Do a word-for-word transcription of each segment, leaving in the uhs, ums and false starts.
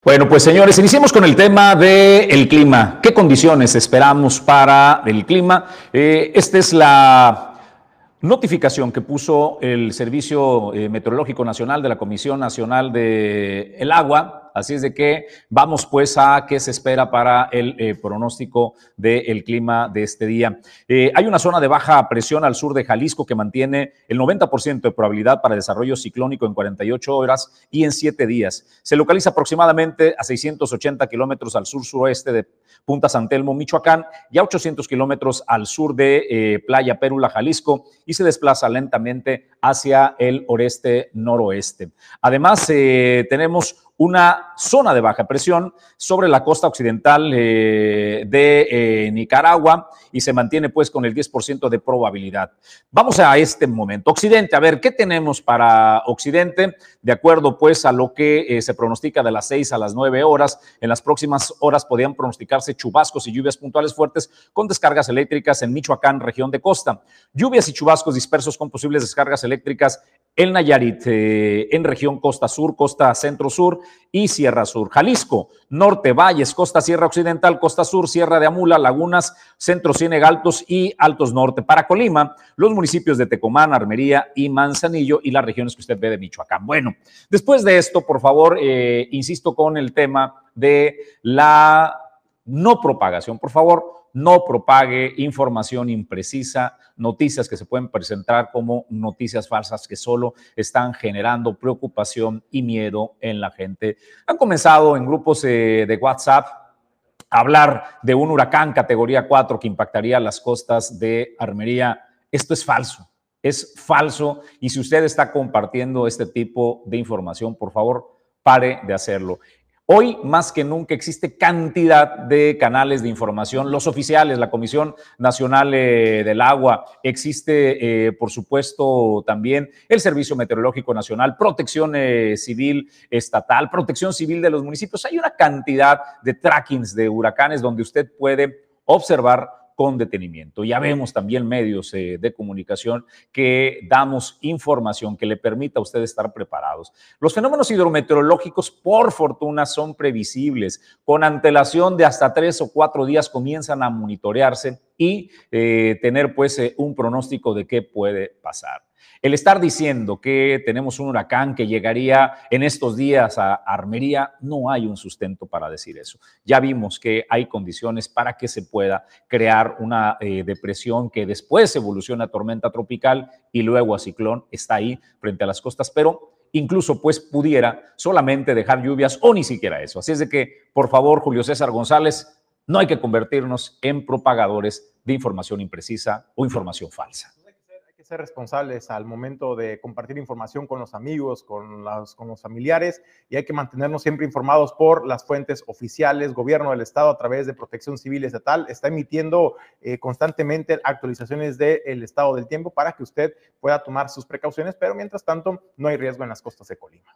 Bueno, pues señores, iniciemos con el tema del clima. ¿Qué condiciones esperamos para el clima? Eh, esta es la notificación que puso el Servicio eh, Meteorológico Nacional de la Comisión Nacional del Agua. Así es de que vamos pues a qué se espera para el eh, pronóstico del clima de este día. Eh, hay una zona de baja presión al sur de Jalisco que mantiene el noventa por ciento de probabilidad para desarrollo ciclónico en cuarenta y ocho horas y en siete días. Se localiza aproximadamente a seiscientos ochenta kilómetros al sur-suroeste de Punta San Telmo, Michoacán, y a ochocientos kilómetros al sur de eh, Playa Pérula, Jalisco, y se desplaza lentamente hacia el oeste-noroeste. Además, eh, tenemos una zona de baja presión sobre la costa occidental eh, de eh, Nicaragua y se mantiene pues con el diez por ciento de probabilidad. Vamos a este momento. Occidente, a ver, ¿qué tenemos para Occidente? De acuerdo pues a lo que eh, se pronostica de las seis a las nueve horas, en las próximas horas podrían pronosticarse chubascos y lluvias puntuales fuertes con descargas eléctricas en Michoacán, región de costa. Lluvias y chubascos dispersos con posibles descargas eléctricas en Nayarit, eh, en región costa sur, costa centro sur y sierra sur. Jalisco, norte, valles, costa sierra occidental, costa sur, sierra de Amula, lagunas, centro Ciénega Altos y Altos Norte. Para Colima, los municipios de Tecomán, Armería y Manzanillo y las regiones que usted ve de Michoacán. Bueno, después de esto, por favor, eh, insisto con el tema de la no propagación. Por favor, no propague información imprecisa, noticias que se pueden presentar como noticias falsas que solo están generando preocupación y miedo en la gente. Han comenzado en grupos eh, de WhatsApp a hablar de un huracán categoría cuatro que impactaría las costas de Armería. Esto es falso, es falso, y si usted está compartiendo este tipo de información, por favor, pare de hacerlo. Hoy, más que nunca, existe cantidad de canales de información, los oficiales, la Comisión Nacional eh, del Agua, existe, eh, por supuesto, también el Servicio Meteorológico Nacional, Protección eh, Civil Estatal, Protección Civil de los municipios. Hay una cantidad de trackings de huracanes donde usted puede observar con detenimiento. Ya vemos también medios eh, de comunicación que damos información que le permita a usted estar preparados. Los fenómenos hidrometeorológicos, por fortuna, son previsibles. Con antelación de hasta tres o cuatro días comienzan a monitorearse y eh, tener pues eh, un pronóstico de qué puede pasar. El estar diciendo que tenemos un huracán que llegaría en estos días a Armería, no hay un sustento para decir eso. Ya vimos que hay condiciones para que se pueda crear una eh, depresión que después evoluciona a tormenta tropical y luego a ciclón, está ahí frente a las costas, pero incluso pues pudiera solamente dejar lluvias o ni siquiera eso. Así es de que, por favor, Julio César González, no hay que convertirnos en propagadores de información imprecisa o información falsa. Ser responsables al momento de compartir información con los amigos, con los, con los familiares, y hay que mantenernos siempre informados por las fuentes oficiales. Gobierno del Estado, a través de Protección Civil Estatal, está emitiendo eh, constantemente actualizaciones del estado del tiempo para que usted pueda tomar sus precauciones, pero mientras tanto no hay riesgo en las costas de Colima.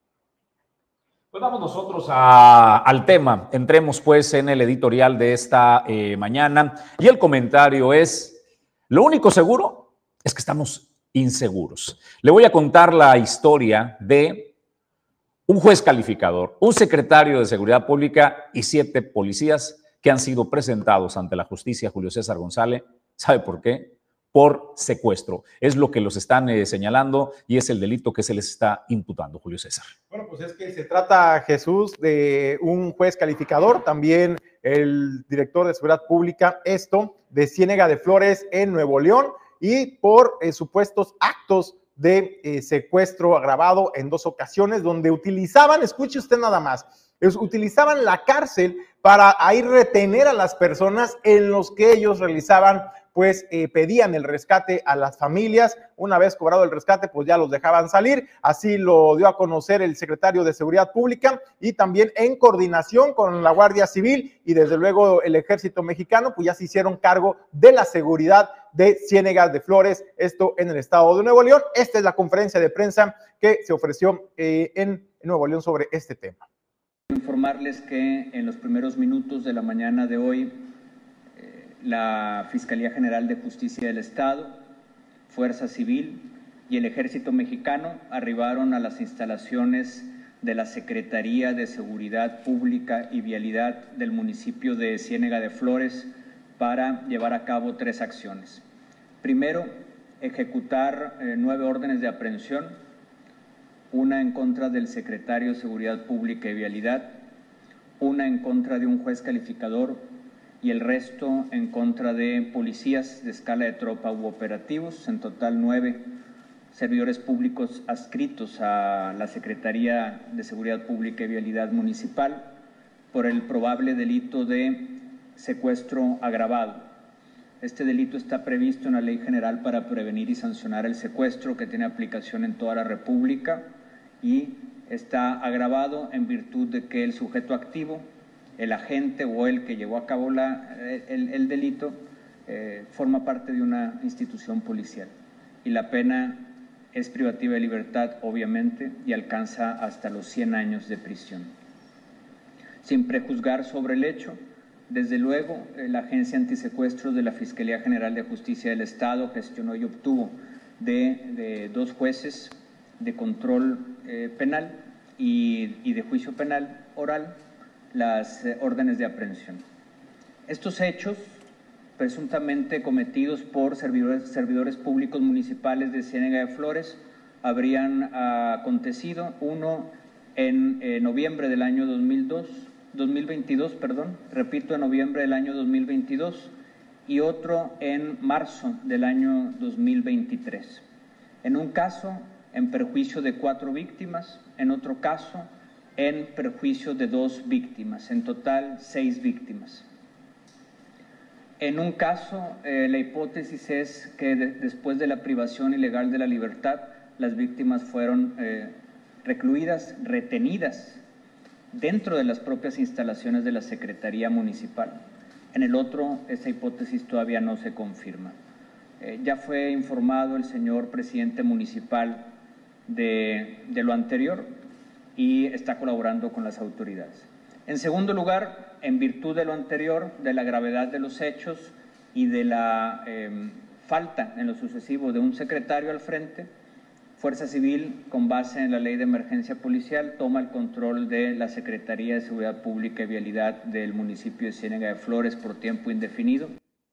Pues vamos nosotros a, al tema. Entremos pues en el editorial de esta eh, mañana, y el comentario es: lo único seguro es que estamos inseguros. Le voy a contar la historia de un juez calificador, un secretario de Seguridad Pública y siete policías que han sido presentados ante la justicia, Julio César González. ¿Sabe por qué? Por secuestro. Es lo que los están eh, señalando y es el delito que se les está imputando, Julio César. Bueno, pues es que se trata, Jesús, de un juez calificador, también el director de Seguridad Pública, esto de Ciénega de Flores en Nuevo León, y por eh, supuestos actos de eh, secuestro agravado en dos ocasiones, donde utilizaban, escuche usted nada más, es, utilizaban la cárcel para ahí retener a las personas en los que ellos realizaban, pues eh, pedían el rescate a las familias. Una vez cobrado el rescate, pues ya los dejaban salir. Así lo dio a conocer el secretario de Seguridad Pública, y también en coordinación con la Guardia Civil y desde luego el Ejército Mexicano, pues ya se hicieron cargo de la seguridad de Ciénega de Flores, esto en el estado de Nuevo León. Esta es la conferencia de prensa que se ofreció eh, en Nuevo León sobre este tema. Informarles que en los primeros minutos de la mañana de hoy, la Fiscalía General de Justicia del Estado, Fuerza Civil y el Ejército Mexicano arribaron a las instalaciones de la Secretaría de Seguridad Pública y Vialidad del municipio de Ciénega de Flores para llevar a cabo tres acciones. Primero, ejecutar eh, nueve órdenes de aprehensión, una en contra del secretario de Seguridad Pública y Vialidad, una en contra de un juez calificador y el resto en contra de policías de escala de tropa u operativos, en total nueve servidores públicos adscritos a la Secretaría de Seguridad Pública y Vialidad Municipal por el probable delito de secuestro agravado. Este delito está previsto en la Ley General para prevenir y sancionar el secuestro, que tiene aplicación en toda la República, y está agravado en virtud de que el sujeto activo, el agente o el que llevó a cabo la, el, el delito, eh, forma parte de una institución policial. Y la pena es privativa de libertad, obviamente, y alcanza hasta los cien años de prisión. Sin prejuzgar sobre el hecho, desde luego, la Agencia Antisecuestros de la Fiscalía General de Justicia del Estado gestionó y obtuvo de, de dos jueces de control eh, penal y, y de juicio penal oral las eh, órdenes de aprehensión. Estos hechos, presuntamente cometidos por servidores, servidores públicos municipales de Ciénega de Flores, habrían acontecido, uno en eh, noviembre del año dos mil dos, dos mil veintidós, perdón, repito, en noviembre del año dos mil veintidós, y otro en marzo del año dos mil veintitrés. En un caso, en perjuicio de cuatro víctimas, en otro caso, en perjuicio de dos víctimas, en total seis víctimas. En un caso, eh, la hipótesis es que de, después de la privación ilegal de la libertad, las víctimas fueron eh, recluidas, retenidas dentro de las propias instalaciones de la Secretaría Municipal. En el otro, esa hipótesis todavía no se confirma. Eh, ya fue informado el señor presidente municipal de, de lo anterior y está colaborando con las autoridades. En segundo lugar, en virtud de lo anterior, de la gravedad de los hechos y de la eh, falta en lo sucesivo de un secretario al frente, Fuerza Civil, con base en la Ley de Emergencia Policial, toma el control de la Secretaría de Seguridad Pública y Vialidad del municipio de Ciénega de Flores por tiempo indefinido.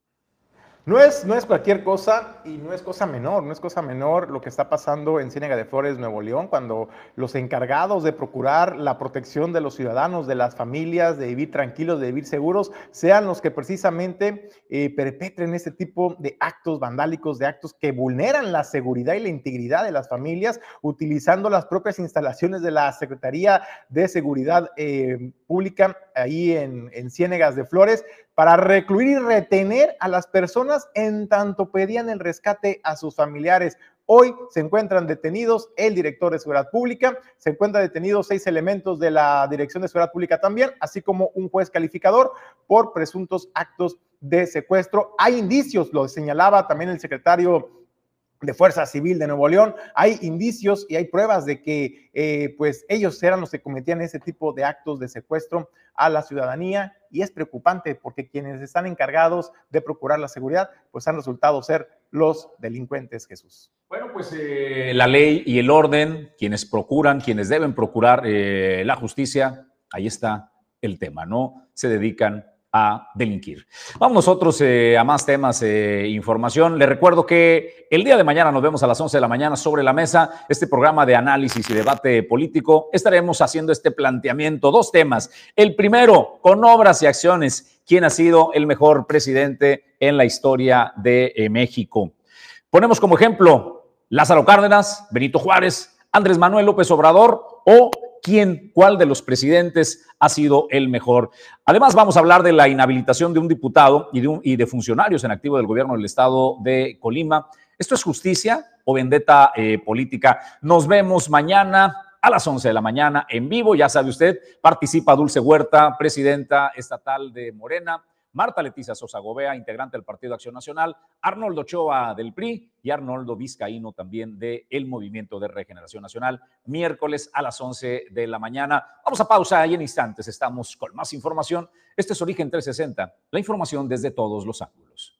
No es, no es cualquier cosa y no es cosa menor, no es cosa menor lo que está pasando en Ciénega de Flores, Nuevo León, cuando los encargados de procurar la protección de los ciudadanos, de las familias, de vivir tranquilos, de vivir seguros, sean los que precisamente eh, perpetren este tipo de actos vandálicos, de actos que vulneran la seguridad y la integridad de las familias, utilizando las propias instalaciones de la Secretaría de Seguridad eh, Pública ahí en, en Ciénegas de Flores, para recluir y retener a las personas en tanto pedían el rescate a sus familiares. Hoy se encuentran detenidos el director de Seguridad Pública, se encuentran detenidos seis elementos de la Dirección de Seguridad Pública también, así como un juez calificador por presuntos actos de secuestro. Hay indicios, lo señalaba también el secretario de Fuerza Civil de Nuevo León, hay indicios y hay pruebas de que eh, pues ellos eran los que cometían ese tipo de actos de secuestro a la ciudadanía, y es preocupante porque quienes están encargados de procurar la seguridad pues han resultado ser los delincuentes, Jesús. Bueno, pues eh, la ley y el orden, quienes procuran, quienes deben procurar eh, la justicia, ahí está el tema, no se dedican a delinquir. Vamos nosotros eh, a más temas, eh, información. Les recuerdo que el día de mañana nos vemos a las once de la mañana sobre la mesa, este programa de análisis y debate político. Estaremos haciendo este planteamiento, dos temas. El primero, con obras y acciones, ¿quién ha sido el mejor presidente en la historia de eh, México? Ponemos como ejemplo Lázaro Cárdenas, Benito Juárez, Andrés Manuel López Obrador o quién, cuál de los presidentes ha sido el mejor. Además, vamos a hablar de la inhabilitación de un diputado y de, un, y de funcionarios en activo del gobierno del estado de Colima. ¿Esto es justicia o vendetta eh, política? Nos vemos mañana a las once de la mañana en vivo. Ya sabe usted, participa Dulce Huerta, presidenta estatal de Morena, Marta Leticia Sosa Gobea, integrante del Partido Acción Nacional, Arnoldo Ochoa del P R I y Arnoldo Vizcaíno también del Movimiento de Regeneración Nacional, miércoles a las once de la mañana. Vamos a pausa y en instantes estamos con más información. Este es Origen trescientos sesenta, la información desde todos los ángulos.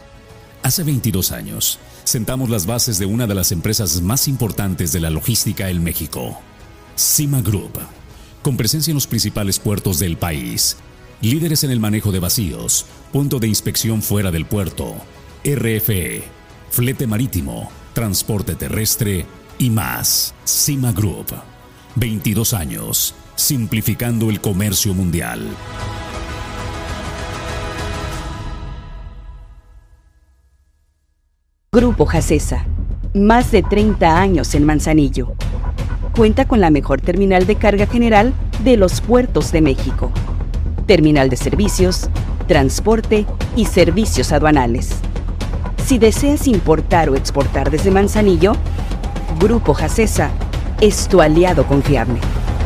Hace veintidós años, sentamos las bases de una de las empresas más importantes de la logística en México. Cima Group, con presencia en los principales puertos del país, líderes en el manejo de vacíos, punto de inspección fuera del puerto, R F E, flete marítimo, transporte terrestre y más. Cima Group, veintidós años, simplificando el comercio mundial. Grupo Jacesa, más de treinta años en Manzanillo. Cuenta con la mejor terminal de carga general de los puertos de México. Terminal de servicios, transporte y servicios aduanales. Si deseas importar o exportar desde Manzanillo, Grupo Jacesa es tu aliado confiable.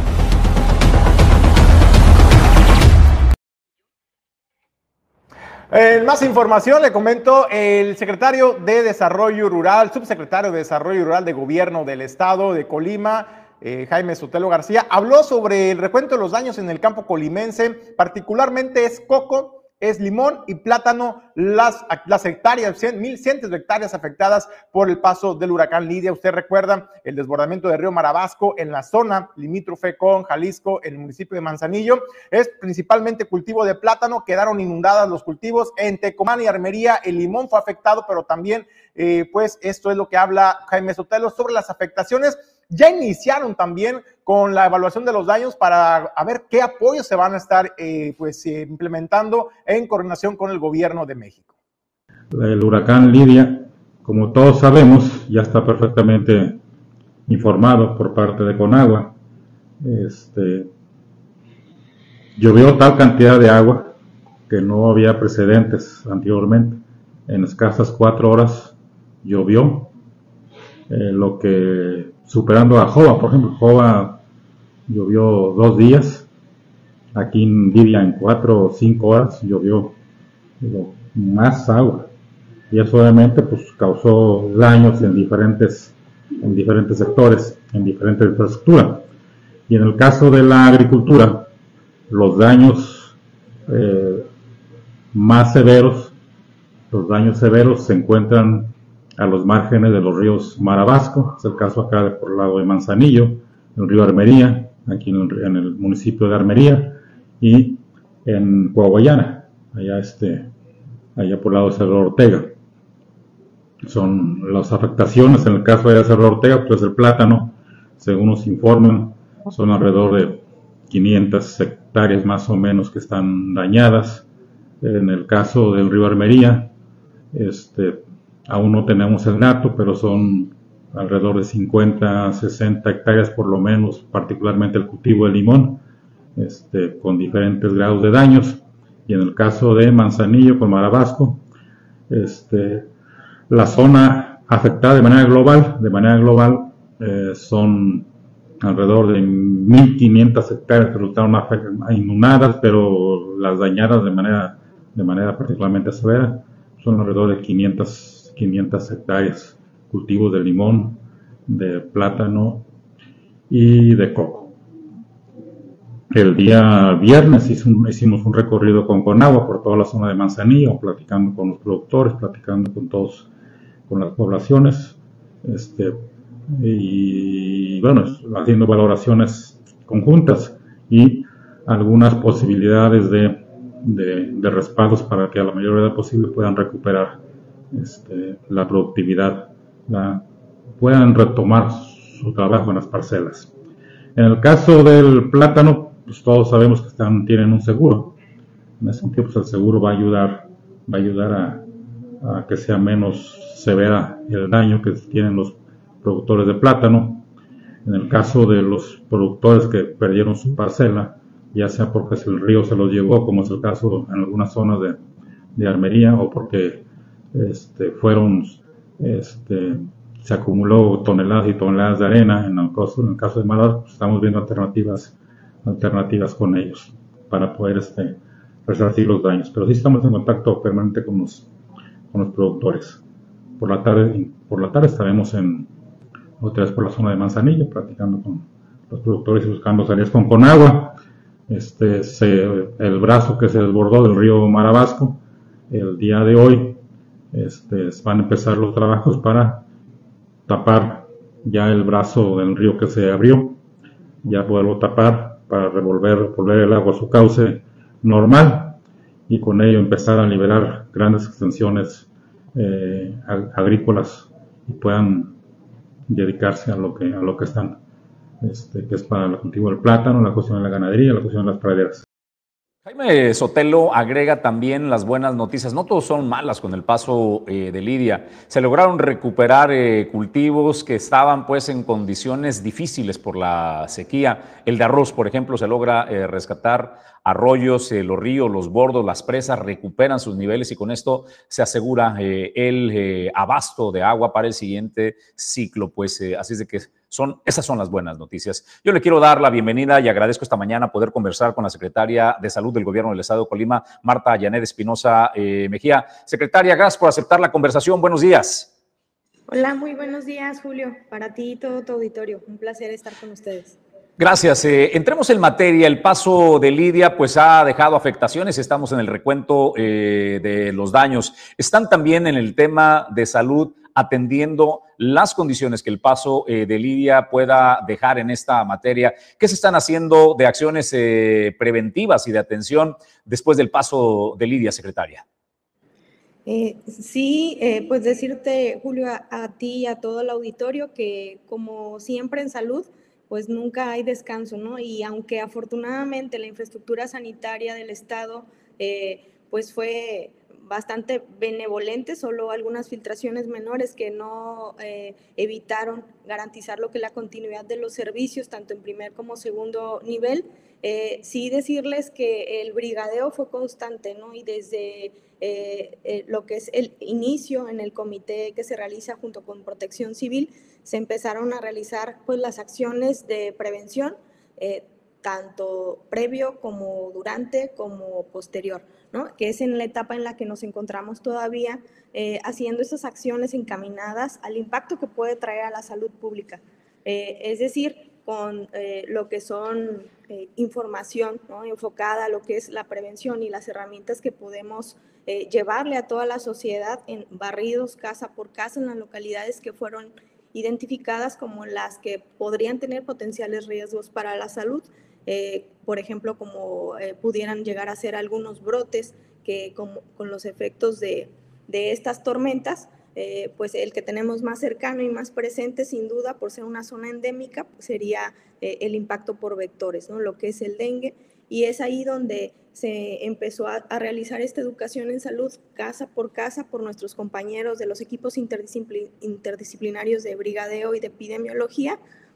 En más información le comento, el secretario de Desarrollo Rural, subsecretario de Desarrollo Rural de Gobierno del Estado de Colima, eh, Jaime Sotelo García, habló sobre el recuento de los daños en el campo colimense, particularmente es coco, es limón y plátano, las, las hectáreas, mil cientos de hectáreas afectadas por el paso del huracán Lidia. Usted recuerda el desbordamiento del río Marabasco en la zona limítrofe con Jalisco, en el municipio de Manzanillo. Es principalmente cultivo de plátano, quedaron inundadas los cultivos. En Tecomán y Armería el limón fue afectado, pero también, eh, pues esto es lo que habla Jaime Sotelo sobre las afectaciones. Ya iniciaron también con la evaluación de los daños para a ver qué apoyos se van a estar eh, pues, eh, implementando en coordinación con el gobierno de México. El huracán Lidia, como todos sabemos, ya está perfectamente informado por parte de Conagua. Este, llovió tal cantidad de agua que no había precedentes anteriormente. En escasas cuatro horas llovió, eh, lo que superando a Jova, por ejemplo, Jova llovió dos días, aquí en Lidia en cuatro o cinco horas llovió digo, más agua, y eso obviamente pues causó daños en diferentes, en diferentes sectores, en diferentes infraestructuras. Y en el caso de la agricultura, los daños eh, más severos, los daños severos se encuentran a los márgenes de los ríos Marabasco, es el caso acá de por el lado de Manzanillo, el río Armería, aquí en el, en el municipio de Armería, y en Coahuayana, allá este, allá por el lado de Cerro Ortega. Son las afectaciones, en el caso de Cerro Ortega, pues el plátano, según nos informan, son alrededor de quinientas hectáreas más o menos que están dañadas. En el caso del río Armería, este, aún no tenemos el dato, pero son alrededor de cincuenta, sesenta hectáreas por lo menos, particularmente el cultivo de limón, este, con diferentes grados de daños. Y en el caso de Manzanillo con Marabasco, este, la zona afectada de manera global, de manera global eh, son alrededor de mil quinientas hectáreas que resultaron inundadas, pero las dañadas de manera, de manera particularmente severa son alrededor de quinientas hectáreas, cultivos de limón, de plátano y de coco. El día viernes hicimos un recorrido con Conagua por toda la zona de Manzanillo, platicando con los productores, platicando con todos, con las poblaciones, este, y bueno, haciendo valoraciones conjuntas y algunas posibilidades de, de, de respaldos para que a la mayor brevedad posible puedan recuperar Este, la productividad, la, puedan retomar su trabajo en las parcelas. En el caso del plátano, pues todos sabemos que están, tienen un seguro. En ese sentido, pues el seguro va a ayudar, va a, ayudar a, a que sea menos severa el daño que tienen los productores de plátano. En el caso de los productores que perdieron su parcela, ya sea porque el río se los llevó, como es el caso en algunas zonas de, de Armería, o porque Este, fueron, este, se acumuló toneladas y toneladas de arena. En el caso, en el caso de Marabasco, pues estamos viendo alternativas, alternativas con ellos para poder este, resarcir los daños. Pero sí estamos en contacto permanente con los, con los productores. Por la tarde, por la tarde estaremos en otra vez por la zona de Manzanillo, platicando con los productores y buscando salidas con Conagua. Este, se, el brazo que se desbordó del río Marabasco, el día de hoy, Este, van a empezar los trabajos para tapar ya el brazo del río que se abrió, ya poderlo tapar para revolver, volver el agua a su cauce normal y con ello empezar a liberar grandes extensiones eh, agrícolas y puedan dedicarse a lo que, a lo que están, este, que es para el cultivo del plátano, la cuestión de la ganadería, la cuestión de las praderas. Jaime Sotelo agrega también las buenas noticias. No todos son malas con el paso eh, de Lidia. Se lograron recuperar eh, cultivos que estaban pues en condiciones difíciles por la sequía. El de arroz, por ejemplo, se logra eh, rescatar arroyos, eh, los ríos, los bordos, las presas recuperan sus niveles y con esto se asegura eh, el eh, abasto de agua para el siguiente ciclo. Pues eh, así es de que son, esas son las buenas noticias. Yo le quiero dar la bienvenida y agradezco esta mañana poder conversar con la secretaria de Salud del Gobierno del Estado de Colima, Marta Yanet Espinosa eh, Mejía. Secretaria, gracias por aceptar la conversación. Buenos días. Hola, muy buenos días, Julio. Para ti y todo tu auditorio. Un placer estar con ustedes. Gracias. Eh, entremos en materia. El paso de Lidia pues ha dejado afectaciones. Estamos en el recuento eh, de los daños. Están también en el tema de salud atendiendo las condiciones que el paso eh, de Lidia pueda dejar en esta materia. ¿Qué se están haciendo de acciones eh, preventivas y de atención después del paso de Lidia, secretaria? Eh, sí, eh, pues decirte, Julio, a, a ti y a todo el auditorio que como siempre en salud, pues nunca hay descanso, ¿no? Y aunque afortunadamente la infraestructura sanitaria del Estado eh, pues fue bastante benevolente, solo algunas filtraciones menores que no eh, evitaron garantizar lo que es la continuidad de los servicios, tanto en primer como segundo nivel. Eh, sí decirles que el brigadeo fue constante, ¿no? Y desde eh, eh, lo que es el inicio en el comité que se realiza junto con Protección Civil, se empezaron a realizar pues las acciones de prevención, eh, tanto previo como durante como posterior, ¿no? Que es en la etapa en la que nos encontramos todavía eh, haciendo esas acciones encaminadas al impacto que puede traer a la salud pública. Eh, es decir, con eh, lo que son eh, información, ¿no? Enfocada a lo que es la prevención y las herramientas que podemos eh, llevarle a toda la sociedad en barridos casa por casa en las localidades que fueron identificadas como las que podrían tener potenciales riesgos para la salud. Eh, por ejemplo, como eh, pudieran llegar a ser algunos brotes que como, con los efectos de, de estas tormentas, eh, pues el que tenemos más cercano y más presente, sin duda, por ser una zona endémica, pues sería eh, el impacto por vectores, ¿no? Lo que es el dengue, y es ahí donde se empezó a, a realizar esta educación en salud casa por casa por nuestros compañeros de los equipos interdisciplin- interdisciplinarios de brigadeo y de epidemiología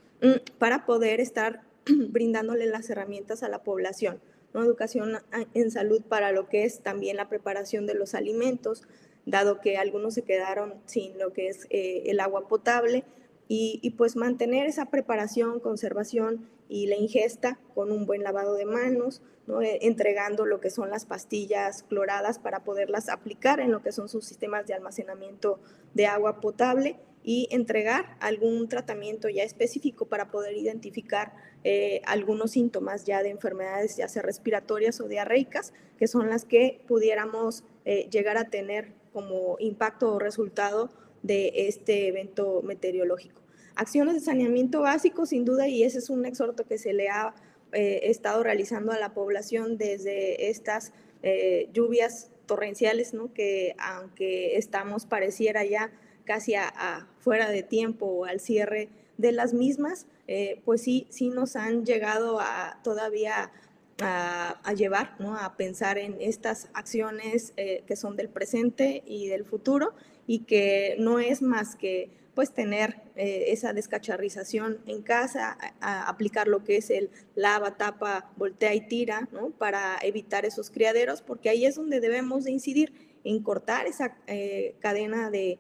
para poder estar brindándole las herramientas a la población, ¿no? Educación en salud para lo que es también la preparación de los alimentos, dado que algunos se quedaron sin lo que es eh, el agua potable, y, y pues mantener esa preparación, conservación y la ingesta con un buen lavado de manos, ¿no? Eh, entregando lo que son las pastillas cloradas para poderlas aplicar en lo que son sus sistemas de almacenamiento de agua potable y entregar algún tratamiento ya específico para poder identificar eh, algunos síntomas ya de enfermedades, ya sea respiratorias o diarreicas, que son las que pudiéramos eh, llegar a tener como impacto o resultado de este evento meteorológico. Acciones de saneamiento básico, sin duda, y ese es un exhorto que se le ha eh, estado realizando a la población desde estas eh, lluvias torrenciales, ¿no? Que aunque estamos, pareciera ya casi a, a fuera de tiempo o al cierre de las mismas, eh, pues sí, sí nos han llegado a todavía a, a llevar, ¿no? A pensar en estas acciones eh, que son del presente y del futuro, y que no es más que pues tener eh, esa descacharrización en casa, a, a aplicar lo que es el lava, tapa, voltea y tira, ¿no? Para evitar esos criaderos, porque ahí es donde debemos de incidir, en cortar esa eh, cadena de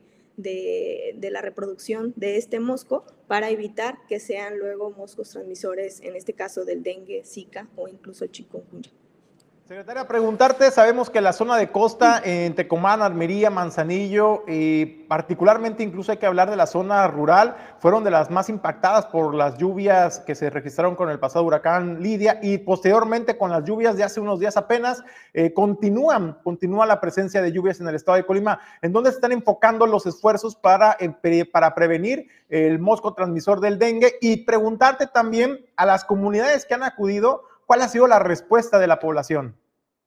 De, de la reproducción de este mosco para evitar que sean luego moscos transmisores, en este caso del dengue, zika o incluso chikungunya. Secretaria, preguntarte, sabemos que la zona de costa en Tecomán, Armería, Manzanillo, y particularmente incluso hay que hablar de la zona rural, fueron de las más impactadas por las lluvias que se registraron con el pasado huracán Lidia y posteriormente con las lluvias de hace unos días apenas, eh, continúan, continúa la presencia de lluvias en el estado de Colima. ¿En dónde se están enfocando los esfuerzos para, eh, para prevenir el mosco transmisor del dengue? Y preguntarte también a las comunidades que han acudido, ¿cuál ha sido la respuesta de la población?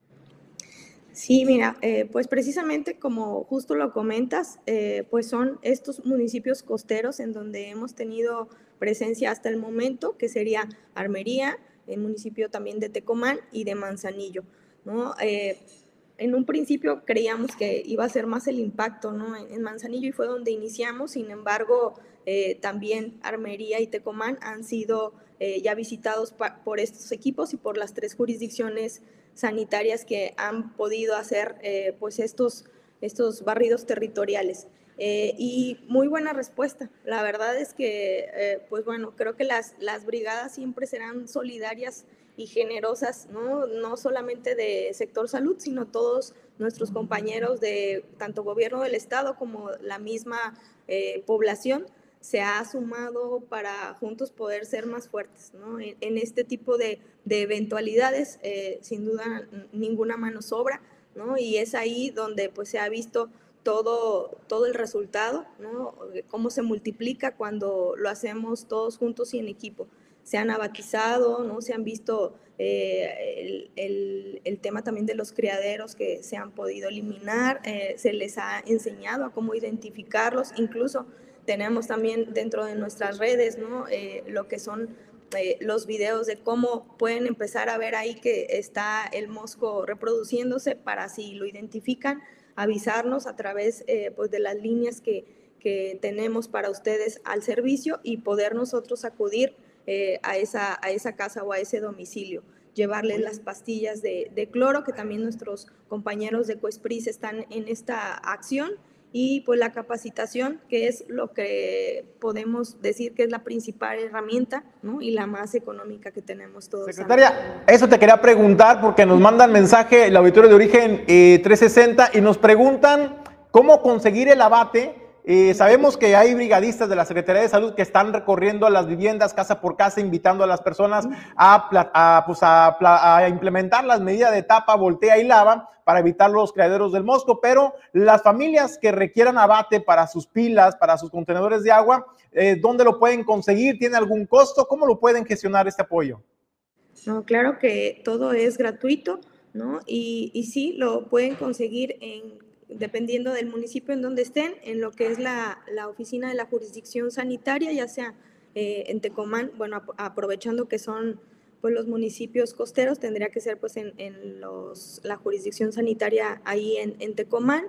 Sí, mira, eh, pues precisamente como justo lo comentas, eh, pues son estos municipios costeros en donde hemos tenido presencia hasta el momento, que sería Armería, el municipio también de Tecomán y de Manzanillo, ¿no? Eh, en un principio creíamos que iba a ser más el impacto, ¿no? En, en Manzanillo y fue donde iniciamos, sin embargo, eh, también Armería y Tecomán han sido eh, ya visitados pa, por estos equipos y por las tres jurisdicciones sanitarias que han podido hacer eh, pues estos, estos barridos territoriales. Eh, y muy buena respuesta. La verdad es que, eh, pues bueno, creo que las, las brigadas siempre serán solidarias y generosas, ¿no? No solamente de sector salud, sino todos nuestros compañeros de tanto gobierno del estado como la misma eh, población se ha sumado para juntos poder ser más fuertes, ¿no? En, en este tipo de, de eventualidades, eh, sin duda ninguna mano sobra, ¿no? Y es ahí donde pues se ha visto todo, todo el resultado, ¿no? Cómo se multiplica cuando lo hacemos todos juntos y en equipo. Se han abatizado, ¿no? Se han visto eh, el, el, el tema también de los criaderos que se han podido eliminar, eh, se les ha enseñado a cómo identificarlos, incluso tenemos también dentro de nuestras redes, ¿no? Eh, lo que son eh, los videos de cómo pueden empezar a ver ahí que está el mosco reproduciéndose para si lo identifican, avisarnos a través eh, pues de las líneas que, que tenemos para ustedes al servicio y poder nosotros acudir eh, a, esa, a esa casa o a ese domicilio. Llevarles las pastillas de, de cloro, que también nuestros compañeros de COESPRIS están en esta acción, y pues la capacitación, que es lo que podemos decir que es la principal herramienta, ¿no? Y la más económica que tenemos todos. Secretaria, eso te quería preguntar porque nos mandan mensaje el auditorio de Origen eh, trescientos sesenta y nos preguntan cómo conseguir el abate. Eh, sabemos que hay brigadistas de la Secretaría de Salud que están recorriendo a las viviendas casa por casa, invitando a las personas a, a, pues a, a implementar las medidas de tapa, voltea y lava para evitar los criaderos del mosco, pero las familias que requieran abate para sus pilas, para sus contenedores de agua, eh, ¿dónde lo pueden conseguir? ¿Tiene algún costo? ¿Cómo lo pueden gestionar este apoyo? No, claro que todo es gratuito, ¿no? Y, y sí, lo pueden conseguir en, dependiendo del municipio en donde estén, en lo que es la, la oficina de la jurisdicción sanitaria, ya sea eh, en Tecomán, bueno, ap aprovechando que son pues los municipios costeros, tendría que ser pues en, en los, la jurisdicción sanitaria ahí en, en Tecomán,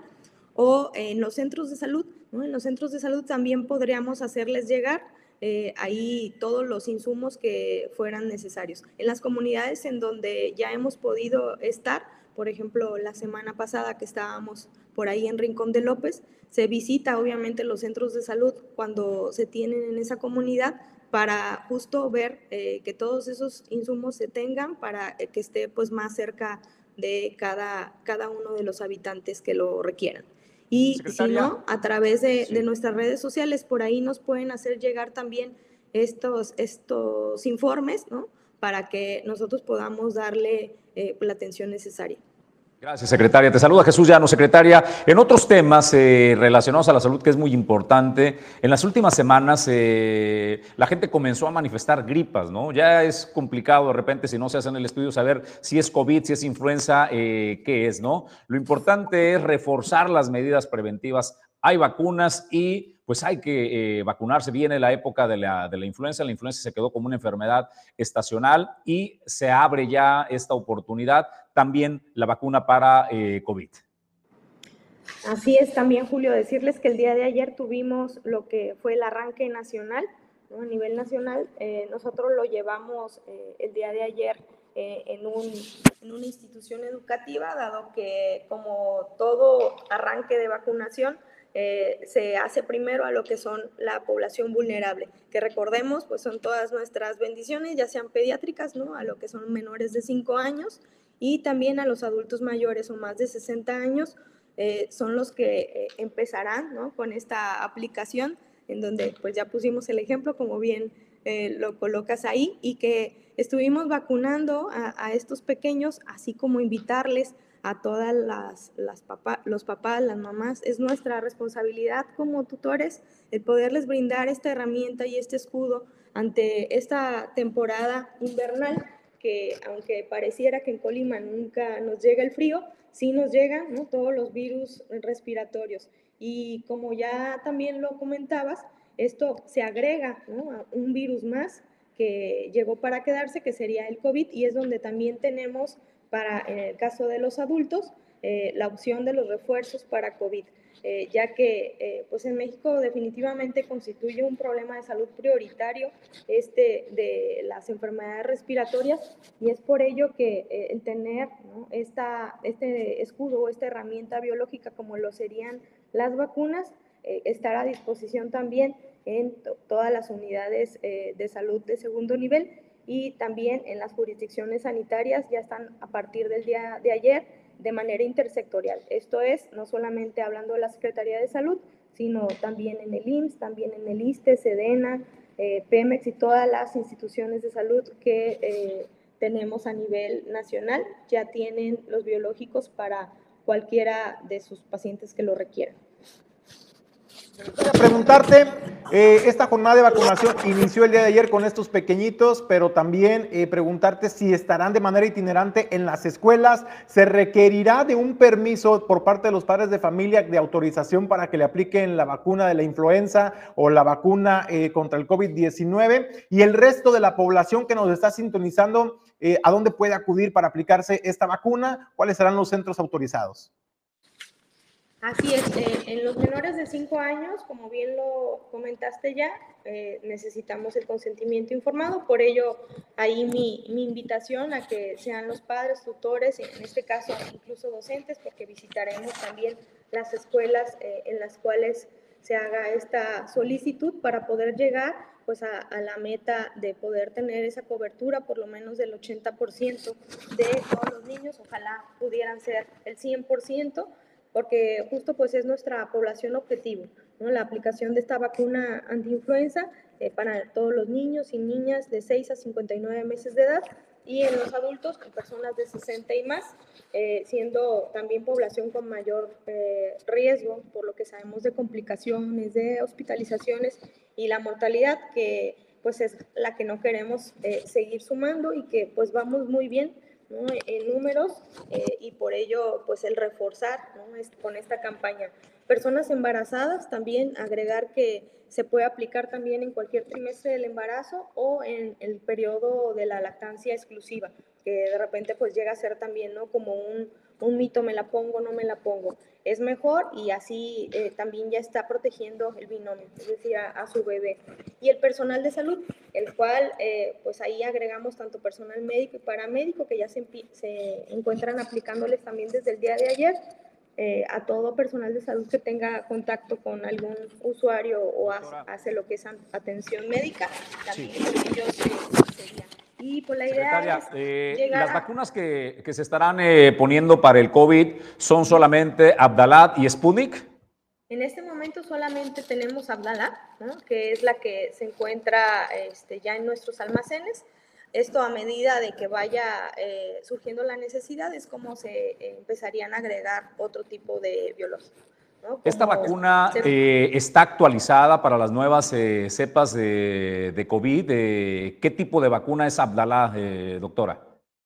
o en los centros de salud, ¿no? En los centros de salud también podríamos hacerles llegar eh, ahí todos los insumos que fueran necesarios. En las comunidades en donde ya hemos podido estar, por ejemplo, la semana pasada que estábamos por ahí en Rincón de López, se visita obviamente los centros de salud cuando se tienen en esa comunidad para justo ver eh, que todos esos insumos se tengan para eh, que esté pues más cerca de cada, cada uno de los habitantes que lo requieran. Y Secretaria, si no, a través de, sí. de nuestras redes sociales, por ahí nos pueden hacer llegar también estos, estos informes, ¿no? Para que nosotros podamos darle eh, la atención necesaria. Gracias, secretaria. Te saluda Jesús Llano, secretaria. En otros temas eh, relacionados a la salud, que es muy importante, en las últimas semanas eh, la gente comenzó a manifestar gripas, ¿no? Ya es complicado de repente, si no se hace en el estudio, saber si es COVID, si es influenza, eh, qué es, ¿no? Lo importante es reforzar las medidas preventivas. Hay vacunas y pues hay que eh, vacunarse. Viene la época de la, de la influenza. La influenza se quedó como una enfermedad estacional y se abre ya esta oportunidad, también la vacuna para eh, COVID. Así es también, Julio, decirles que el día de ayer tuvimos lo que fue el arranque nacional, ¿no? A nivel nacional. Eh, nosotros lo llevamos eh, el día de ayer eh, en, un, en una institución educativa, dado que como todo arranque de vacunación, Eh, se hace primero a lo que son la población vulnerable, que recordemos, pues son todas nuestras bendiciones, ya sean pediátricas, ¿no? A lo que son menores de cinco años y también a los adultos mayores o más de sesenta años, eh, son los que eh, empezarán, ¿no?, con esta aplicación, en donde pues ya pusimos el ejemplo, como bien eh, lo colocas ahí, y que estuvimos vacunando a, a estos pequeños, así como invitarles a todas las, las papá, los papás, las mamás. Es nuestra responsabilidad como tutores el poderles brindar esta herramienta y este escudo ante esta temporada invernal, que aunque pareciera que en Colima nunca nos llega el frío, sí nos llegan, ¿no?, todos los virus respiratorios. Y como ya también lo comentabas, esto se agrega, ¿no?, a un virus más que llegó para quedarse, que sería el COVID, y es donde también tenemos, para, en el caso de los adultos, eh, la opción de los refuerzos para COVID, eh, ya que eh, pues en México definitivamente constituye un problema de salud prioritario este de las enfermedades respiratorias, y es por ello que eh, el tener, ¿no?, esta, este escudo o esta herramienta biológica como lo serían las vacunas, eh, estará a disposición también en to todas las unidades eh, de salud de segundo nivel, y también en las jurisdicciones sanitarias ya están a partir del día de ayer de manera intersectorial. Esto es, no solamente hablando de la Secretaría de Salud, sino también en el I M S S, también en el ISSSTE, SEDENA, eh, Pemex y todas las instituciones de salud que eh, tenemos a nivel nacional ya tienen los biológicos para cualquiera de sus pacientes que lo requieran. Quería preguntarte, eh, esta jornada de vacunación inició el día de ayer con estos pequeñitos, pero también eh, preguntarte si estarán de manera itinerante en las escuelas. ¿Se requerirá de un permiso por parte de los padres de familia de autorización para que le apliquen la vacuna de la influenza o la vacuna eh, contra el COVID diecinueve? Y el resto de la población que nos está sintonizando, eh, ¿a dónde puede acudir para aplicarse esta vacuna? ¿Cuáles serán los centros autorizados? Así es, eh, en los menores de cinco años, como bien lo comentaste ya, eh, necesitamos el consentimiento informado, por ello ahí mi, mi invitación a que sean los padres, tutores, en este caso incluso docentes, porque visitaremos también las escuelas eh, en las cuales se haga esta solicitud para poder llegar pues a, a la meta de poder tener esa cobertura por lo menos del ochenta por ciento de todos los niños, ojalá pudieran ser el cien por ciento, porque justo pues es nuestra población objetivo, ¿no?, la aplicación de esta vacuna antiinfluenza eh, para todos los niños y niñas de seis a cincuenta y nueve meses de edad, y en los adultos, en personas de sesenta y más, eh, siendo también población con mayor eh, riesgo, por lo que sabemos de complicaciones, de hospitalizaciones y la mortalidad, que pues es la que no queremos eh, seguir sumando, y que pues vamos muy bien, ¿no?, en números, eh, y por ello pues el reforzar, ¿no?, es, con esta campaña. Personas embarazadas también, agregar que se puede aplicar también en cualquier trimestre del embarazo o en el periodo de la lactancia exclusiva, que de repente pues llega a ser también, ¿no?, como un, un mito, me la pongo, no me la pongo. Es mejor, y así eh, también ya está protegiendo el binomio, es decir, a, a su bebé. Y el personal de salud, el cual eh, pues ahí agregamos tanto personal médico y paramédico, que ya se, se encuentran aplicándoles también desde el día de ayer, eh, a todo personal de salud que tenga contacto con algún usuario o hace, hace lo que es atención médica, también sí. ellos se, serían. Y pues la idea Secretaria, es eh, llegar las a... vacunas que, que se estarán eh, poniendo para el COVID son solamente Abdalat y Sputnik. En este momento solamente tenemos Abdalat, ¿no?, que es la que se encuentra este, ya en nuestros almacenes. Esto a medida de que vaya eh, surgiendo la necesidad es como se eh, empezarían a agregar otro tipo de biológicos, ¿no? ¿Esta Como vacuna se... eh, está actualizada para las nuevas eh, cepas de, de COVID? Eh, ¿Qué tipo de vacuna es Abdalat, eh, doctora?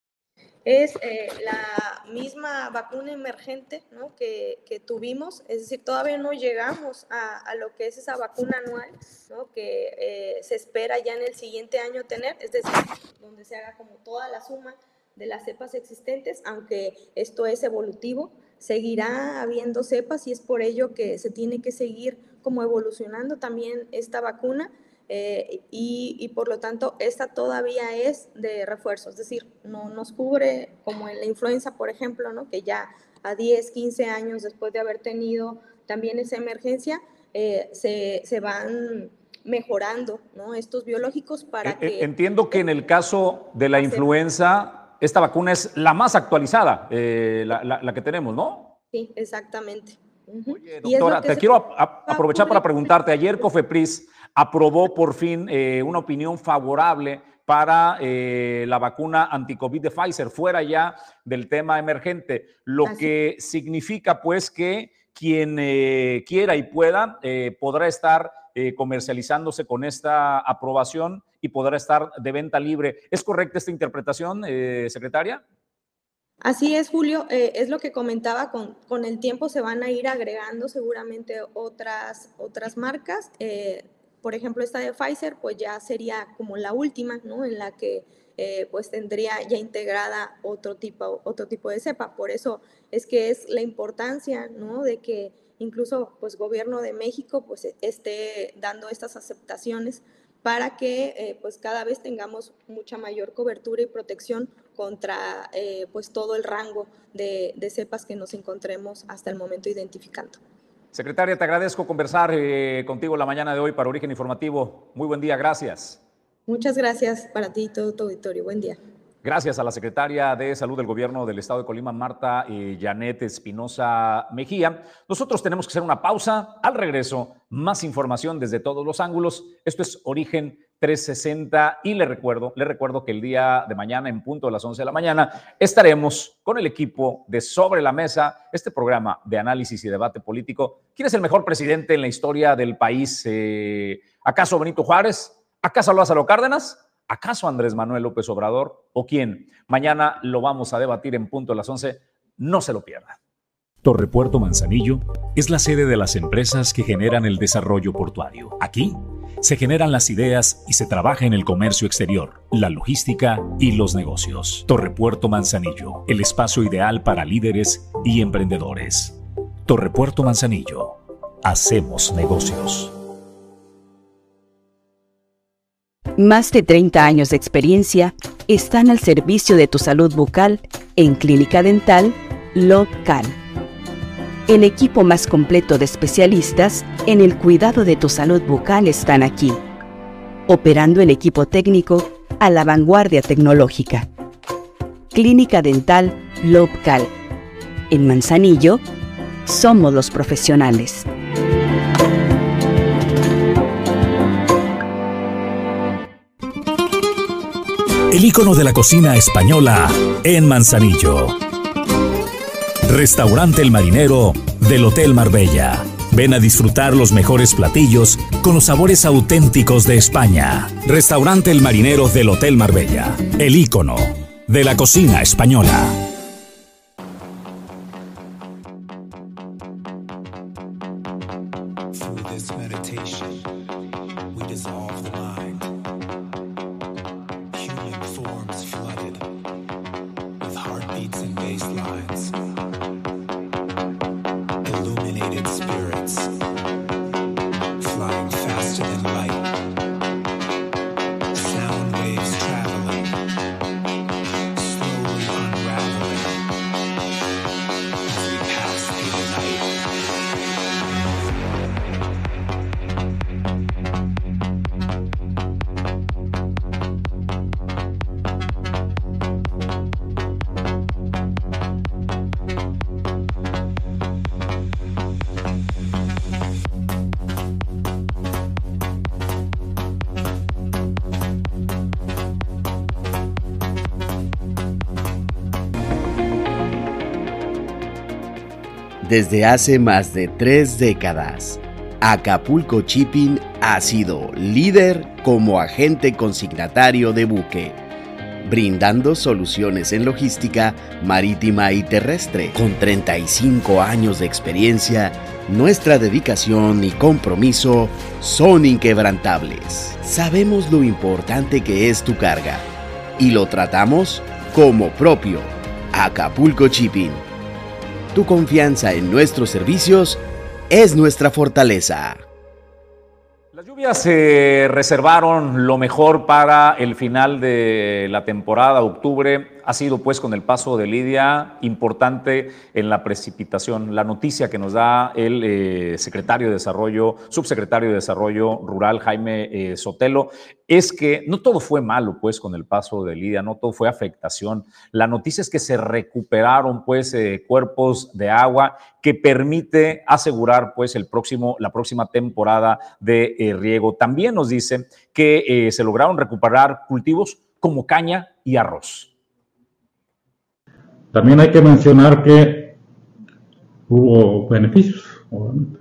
Es eh, la misma vacuna emergente, ¿no?, que, que tuvimos, es decir, todavía no llegamos a, a lo que es esa vacuna anual, ¿no?, que eh, se espera ya en el siguiente año tener, es decir, donde se haga como toda la suma de las cepas existentes, aunque esto es evolutivo, seguirá habiendo cepas y es por ello que se tiene que seguir como evolucionando también esta vacuna. Eh, y, y por lo tanto esta todavía es de refuerzo, es decir, no nos cubre como en la influenza, por ejemplo, ¿no?, que ya a diez, quince años después de haber tenido también esa emergencia, eh, se, se van mejorando, ¿no?, estos biológicos para que... Entiendo que en el caso de la influenza esta vacuna es la más actualizada, eh, la, la, la que tenemos, ¿no? Sí, exactamente. Uh-huh. Oye, doctora, te se... quiero a, a, aprovechar para preguntarte, ayer COFEPRIS aprobó por fin eh, una opinión favorable para eh, la vacuna anticovid de Pfizer, fuera ya del tema emergente, lo Así. que significa pues que quien eh, quiera y pueda eh, podrá estar eh, comercializándose con esta aprobación y podrá estar de venta libre. ¿Es correcta esta interpretación, eh, secretaria? Así es, Julio, eh, es lo que comentaba, con, con el tiempo se van a ir agregando seguramente otras, otras marcas. Eh, por ejemplo, esta de Pfizer, pues ya sería como la última, ¿no? En la que eh, pues tendría ya integrada otro tipo, otro tipo de cepa. Por eso es que es la importancia, ¿no? De que incluso pues Gobierno de México pues esté dando estas aceptaciones para que eh, pues cada vez tengamos mucha mayor cobertura y protección contra eh, pues todo el rango de, de cepas que nos encontremos hasta el momento identificando. Secretaria, te agradezco conversar eh, contigo la mañana de hoy para Origen Informativo. Muy buen día, gracias. Muchas gracias para ti y todo tu auditorio. Buen día. Gracias a la secretaria de Salud del Gobierno del Estado de Colima, Marta eh, Janet Espinosa Mejía. Nosotros tenemos que hacer una pausa. Al regreso, más información desde todos los ángulos. Esto es Origen trescientos sesenta y le recuerdo, le recuerdo que el día de mañana, en punto de las once de la mañana, estaremos con el equipo de Sobre la Mesa, este programa de análisis y debate político. ¿Quién es el mejor presidente en la historia del país? Eh, ¿Acaso Benito Juárez? ¿Acaso Lázaro Cárdenas? ¿Acaso Andrés Manuel López Obrador? ¿O quién? Mañana lo vamos a debatir en punto de las once. No se lo pierdan. Torrepuerto Manzanillo es la sede de las empresas que generan el desarrollo portuario. Aquí se generan las ideas y se trabaja en el comercio exterior, la logística y los negocios. Torrepuerto Manzanillo, el espacio ideal para líderes y emprendedores. Torrepuerto Manzanillo, hacemos negocios. Más de treinta años de experiencia están al servicio de tu salud bucal en Clínica Dental Local. El equipo más completo de especialistas en el cuidado de tu salud bucal están aquí, operando el equipo técnico a la vanguardia tecnológica. Clínica Dental Local. En Manzanillo, somos los profesionales. El ícono de la cocina española en Manzanillo. Restaurante El Marinero del Hotel Marbella. Ven a disfrutar los mejores platillos con los sabores auténticos de España. Restaurante El Marinero del Hotel Marbella. El ícono de la cocina española. Desde hace más de tres décadas, Acapulco Shipping ha sido líder como agente consignatario de buque, brindando soluciones en logística marítima y terrestre. Con treinta y cinco años de experiencia, nuestra dedicación y compromiso son inquebrantables. Sabemos lo importante que es tu carga y lo tratamos como propio. Acapulco Shipping. Tu confianza en nuestros servicios es nuestra fortaleza. Las lluvias se reservaron lo mejor para el final de la temporada, octubre, ha sido pues con el paso de Lidia importante en la precipitación. La noticia que nos da el eh, secretario de Desarrollo, subsecretario de Desarrollo Rural, Jaime eh, Sotelo, es que no todo fue malo pues con el paso de Lidia, no todo fue afectación. La noticia es que se recuperaron pues eh, cuerpos de agua que permite asegurar pues el próximo, la próxima temporada de eh, riego. También nos dice que eh, se lograron recuperar cultivos como caña y arroz. También hay que mencionar que hubo beneficios, obviamente,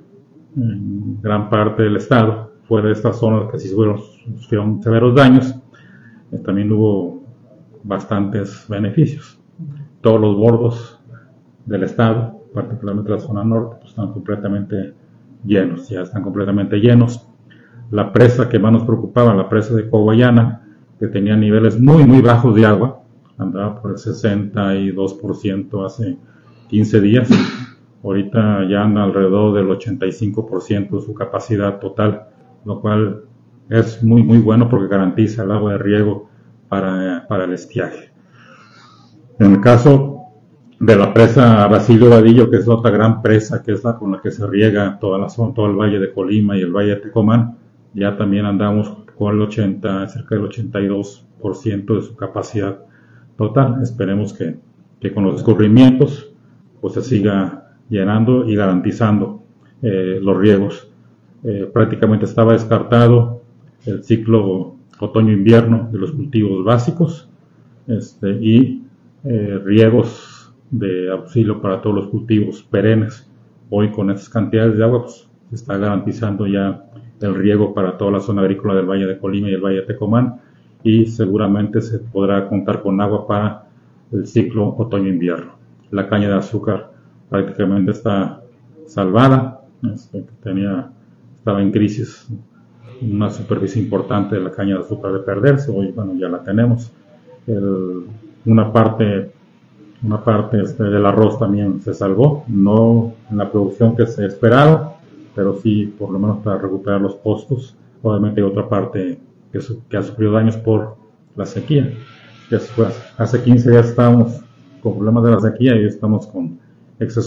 en gran parte del estado, fuera de estas zonas que sí sufrieron, sufrieron severos daños, eh, también hubo bastantes beneficios. Todos los bordos del estado, particularmente la zona norte, pues están completamente llenos, ya están completamente llenos. La presa que más nos preocupaba, la presa de Coahuayana, que tenía niveles muy, muy bajos de agua, andaba por el sesenta y dos por ciento hace quince días, ahorita ya anda alrededor del ochenta y cinco por ciento de su capacidad total, lo cual es muy, muy bueno porque garantiza el agua de riego para, para el estiaje. En el caso de la presa Basilio Vadillo, que es la otra gran presa, que es la con la que se riega toda la zona, todo el valle de Colima y el valle de Tecomán, ya también andamos con el ochenta, cerca del ochenta y dos por ciento de su capacidad total. Esperemos que, que con los descubrimientos pues se siga llenando y garantizando eh, los riegos. Eh, prácticamente estaba descartado el ciclo otoño-invierno de los cultivos básicos este, y eh, riegos de auxilio para todos los cultivos perennes. Hoy con estas cantidades de agua pues, se está garantizando ya el riego para toda la zona agrícola del Valle de Colima y el Valle de Tecomán, y seguramente se podrá contar con agua para el ciclo otoño-invierno. La caña de azúcar prácticamente está salvada, este, tenía, estaba en crisis una superficie importante de la caña de azúcar de perderse, hoy bueno ya la tenemos. El, una parte, una parte este, del arroz también se salvó, no en la producción que se esperaba, pero sí por lo menos para recuperar los costos. Obviamente hay otra parte que, su, que ha sufrido daños por la sequía. Después, hace quince días estábamos con problemas de la sequía y hoy estamos con exceso.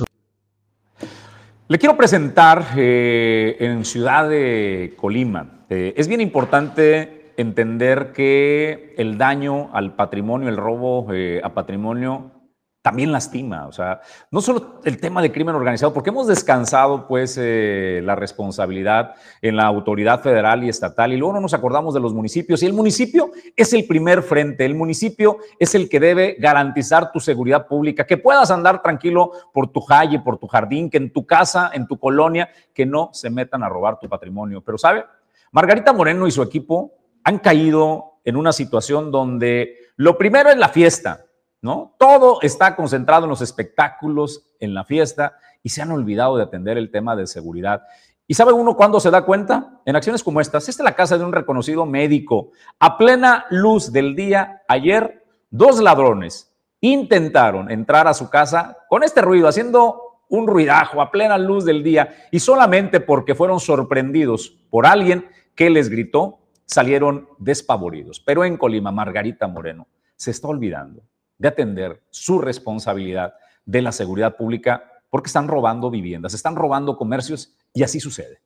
Le quiero presentar eh, en Ciudad de Colima. Eh, es bien importante entender que el daño al patrimonio, el robo eh, a patrimonio, también lastima. O sea, no solo el tema de crimen organizado, porque hemos descansado pues eh, la responsabilidad en la autoridad federal y estatal y luego no nos acordamos de los municipios. Y el municipio es el primer frente, el municipio es el que debe garantizar tu seguridad pública, que puedas andar tranquilo por tu calle, por tu jardín, que en tu casa, en tu colonia, que no se metan a robar tu patrimonio. Pero ¿sabe? Margarita Moreno y su equipo han caído en una situación donde lo primero es la fiesta, ¿no? Todo está concentrado en los espectáculos, en la fiesta, y se han olvidado de atender el tema de seguridad. ¿Y sabe uno cuándo se da cuenta? En acciones como estas. Esta es la casa de un reconocido médico. A plena luz del día, ayer, dos ladrones intentaron entrar a su casa con este ruido, haciendo un ruidajo a plena luz del día, y solamente porque fueron sorprendidos por alguien que les gritó, salieron despavoridos. Pero en Colima, Margarita Moreno se está olvidando de atender su responsabilidad de la seguridad pública porque están robando viviendas, están robando comercios y así sucede.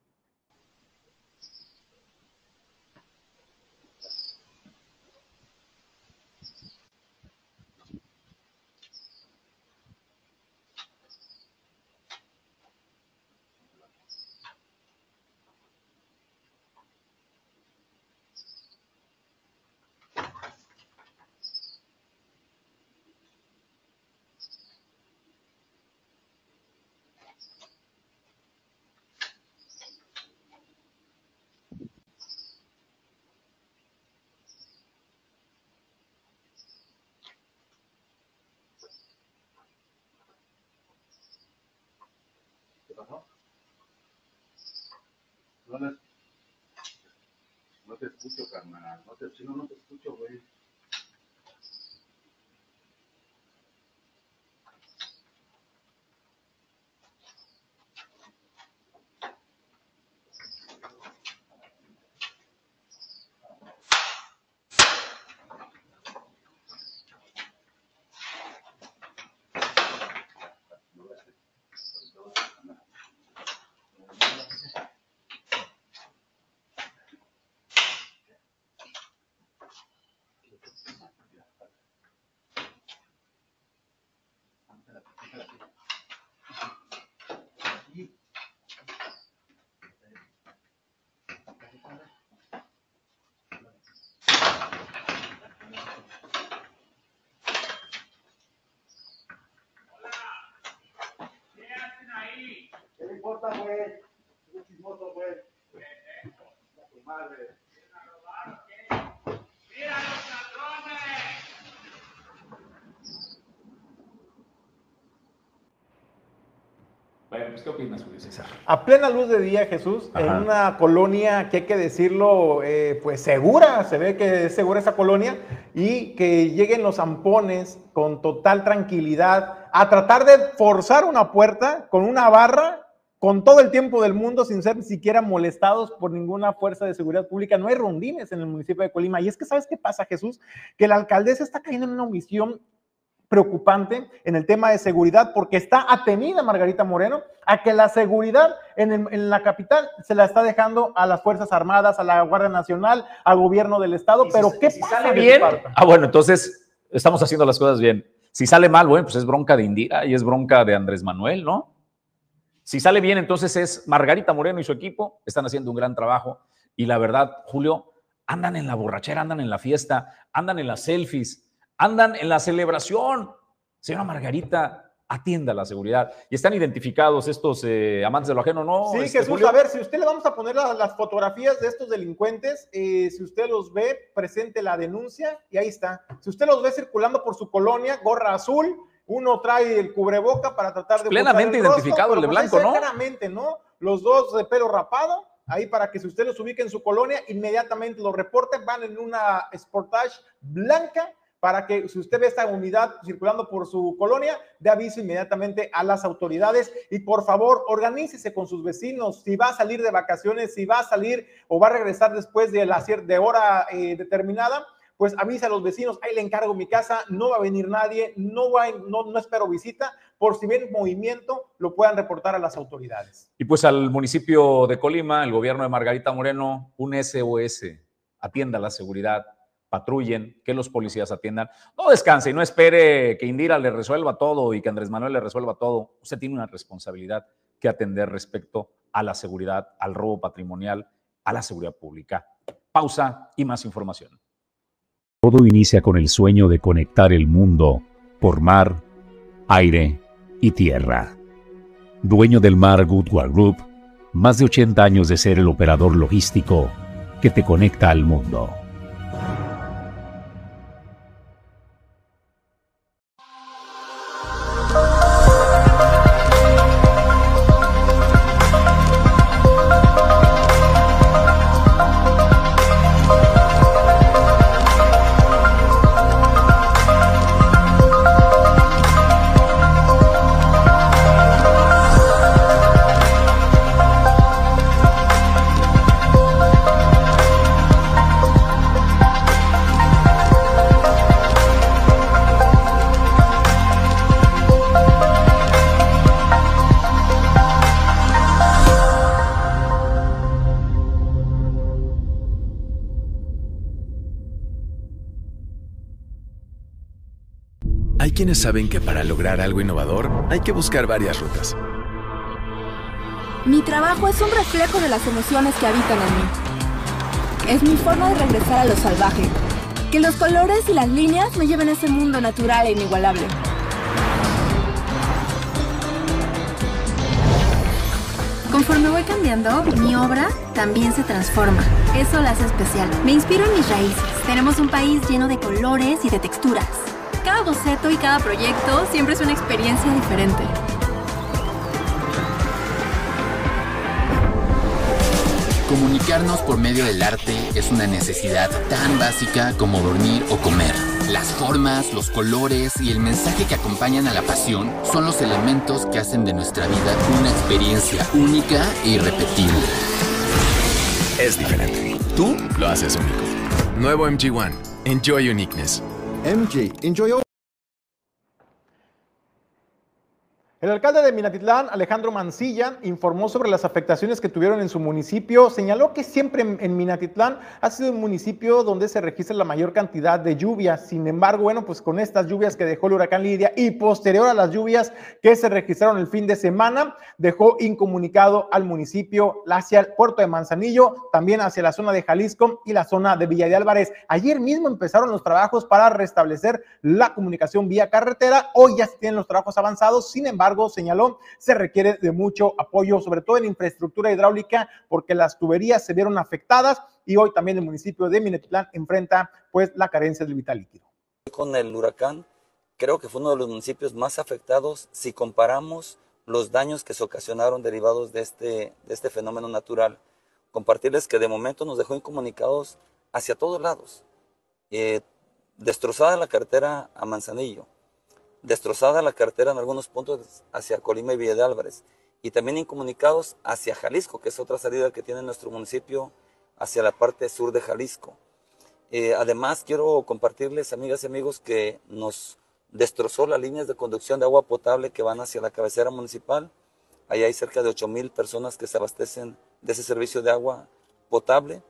No, no, no te escucho, carnal. No te, si no, no te escucho, güey. ¿Qué le importa, güey? Es chismoso, güey. Tu madre. ¡Mira los ladrones! Bueno, pues, ¿qué opinas, Julio César? A plena luz de día, Jesús, Ajá. en una colonia que hay que decirlo, eh, pues segura, se ve que es segura esa colonia, y que lleguen los zampones con total tranquilidad a tratar de forzar una puerta con una barra, con todo el tiempo del mundo, sin ser ni siquiera molestados por ninguna fuerza de seguridad pública. No hay rondines en el municipio de Colima. Y es que, ¿sabes qué pasa, Jesús? Que la alcaldesa está cayendo en una omisión preocupante en el tema de seguridad, porque está atenida Margarita Moreno a que la seguridad en, el, en la capital se la está dejando a las Fuerzas Armadas, a la Guardia Nacional, al gobierno del estado. Pero si, ¿qué si pasa? Sale bien? Ah, bueno, entonces estamos haciendo las cosas bien. Si sale mal, bueno, pues es bronca de Indira y es bronca de Andrés Manuel, ¿no? Si sale bien, entonces es Margarita Moreno y su equipo, están haciendo un gran trabajo. Y la verdad, Julio, andan en la borrachera, andan en la fiesta, andan en las selfies, andan en la celebración. Señora Margarita, atienda la seguridad. Y están identificados estos eh, amantes de lo ajeno, ¿no? Sí, este, Jesús, Julio. A ver, si usted le vamos a poner la, las fotografías de estos delincuentes, eh, si usted los ve, presente la denuncia y ahí está. Si usted los ve circulando por su colonia, gorra azul, uno trae el cubreboca para tratar de... Plenamente el identificado, rostro, el de blanco, pues ¿no? Claramente, ¿no? Los dos de pelo rapado, ahí para que si usted los ubique en su colonia, inmediatamente los reporten, van en una Sportage blanca, para que si usted ve esta unidad circulando por su colonia, dé aviso inmediatamente a las autoridades y por favor, organícese con sus vecinos. Si va a salir de vacaciones, si va a salir o va a regresar después de la de hora eh, determinada, pues avisa a los vecinos, ahí le encargo mi casa, no va a venir nadie, no, va, no, no espero visita, por si ven movimiento, lo puedan reportar a las autoridades. Y pues al municipio de Colima, el gobierno de Margarita Moreno, un S O S, atienda la seguridad, patrullen, que los policías atiendan. No descanse y no espere que Indira le resuelva todo y que Andrés Manuel le resuelva todo. Usted tiene una responsabilidad que atender respecto a la seguridad, al robo patrimonial, a la seguridad pública. Pausa y más información. Todo inicia con el sueño de conectar el mundo por mar, aire y tierra. Dueño del Mar Goodward Group, más de ochenta años de ser el operador logístico que te conecta al mundo. Hay quienes saben que para lograr algo innovador hay que buscar varias rutas. Mi trabajo es un reflejo de las emociones que habitan en mí. Es mi forma de regresar a lo salvaje. Que los colores y las líneas me lleven a ese mundo natural e inigualable. Conforme voy cambiando, mi obra también se transforma. Eso la hace especial. Me inspiro en mis raíces. Tenemos un país lleno de colores y de texturas. Cada boceto y cada proyecto siempre es una experiencia diferente. Comunicarnos por medio del arte es una necesidad tan básica como dormir o comer. Las formas, los colores y el mensaje que acompañan a la pasión son los elementos que hacen de nuestra vida una experiencia única e irrepetible. Es diferente. Tú lo haces único. Nuevo M G uno. Enjoy uniqueness. M G, enjoy all. El alcalde de Minatitlán, Alejandro Mancilla, informó sobre las afectaciones que tuvieron en su municipio. Señaló que siempre en Minatitlán ha sido un municipio donde se registra la mayor cantidad de lluvias. Sin embargo, bueno, pues con estas lluvias que dejó el huracán Lidia y posterior a las lluvias que se registraron el fin de semana, dejó incomunicado al municipio hacia el puerto de Manzanillo, también hacia la zona de Jalisco y la zona de Villa de Álvarez. Ayer mismo empezaron los trabajos para restablecer la comunicación vía carretera. Hoy ya se tienen los trabajos avanzados. Sin embargo, señaló, se requiere de mucho apoyo, sobre todo en infraestructura hidráulica, porque las tuberías se vieron afectadas y hoy también el municipio de Minatitlán enfrenta pues la carencia del vital líquido. Con el huracán, creo que fue uno de los municipios más afectados si comparamos los daños que se ocasionaron derivados de este, de este fenómeno natural. Compartirles que de momento nos dejó incomunicados hacia todos lados. Eh, destrozada la carretera a Manzanillo, destrozada la carretera en algunos puntos hacia Colima y Villa de Álvarez, y también incomunicados hacia Jalisco, que es otra salida que tiene nuestro municipio hacia la parte sur de Jalisco. Eh, además, quiero compartirles, amigas y amigos, que nos destrozó las líneas de conducción de agua potable que van hacia la cabecera municipal. Ahí hay cerca de ocho mil personas que se abastecen de ese servicio de agua potable,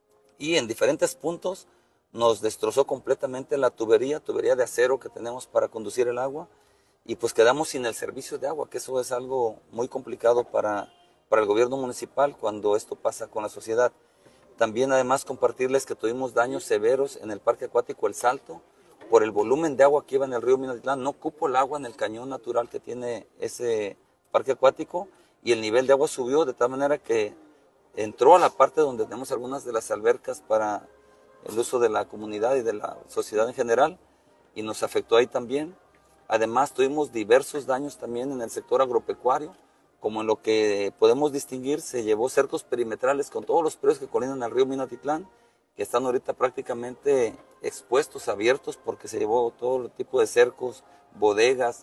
y en diferentes puntos nos destrozó completamente la tubería, tubería de acero que tenemos para conducir el agua, y pues quedamos sin el servicio de agua, que eso es algo muy complicado para, para el gobierno municipal cuando esto pasa con la sociedad. También además compartirles que tuvimos daños severos en el parque acuático El Salto, por el volumen de agua que iba en el río Minatitlán. No cupo el agua en el cañón natural que tiene ese parque acuático, y el nivel de agua subió de tal manera que entró a la parte donde tenemos algunas de las albercas para el uso de la comunidad y de la sociedad en general, y nos afectó ahí también. Además tuvimos diversos daños también en el sector agropecuario, como en lo que podemos distinguir, se llevó cercos perimetrales con todos los predios que colindan al río Minatitlán, que están ahorita prácticamente expuestos, abiertos, porque se llevó todo tipo de cercos, bodegas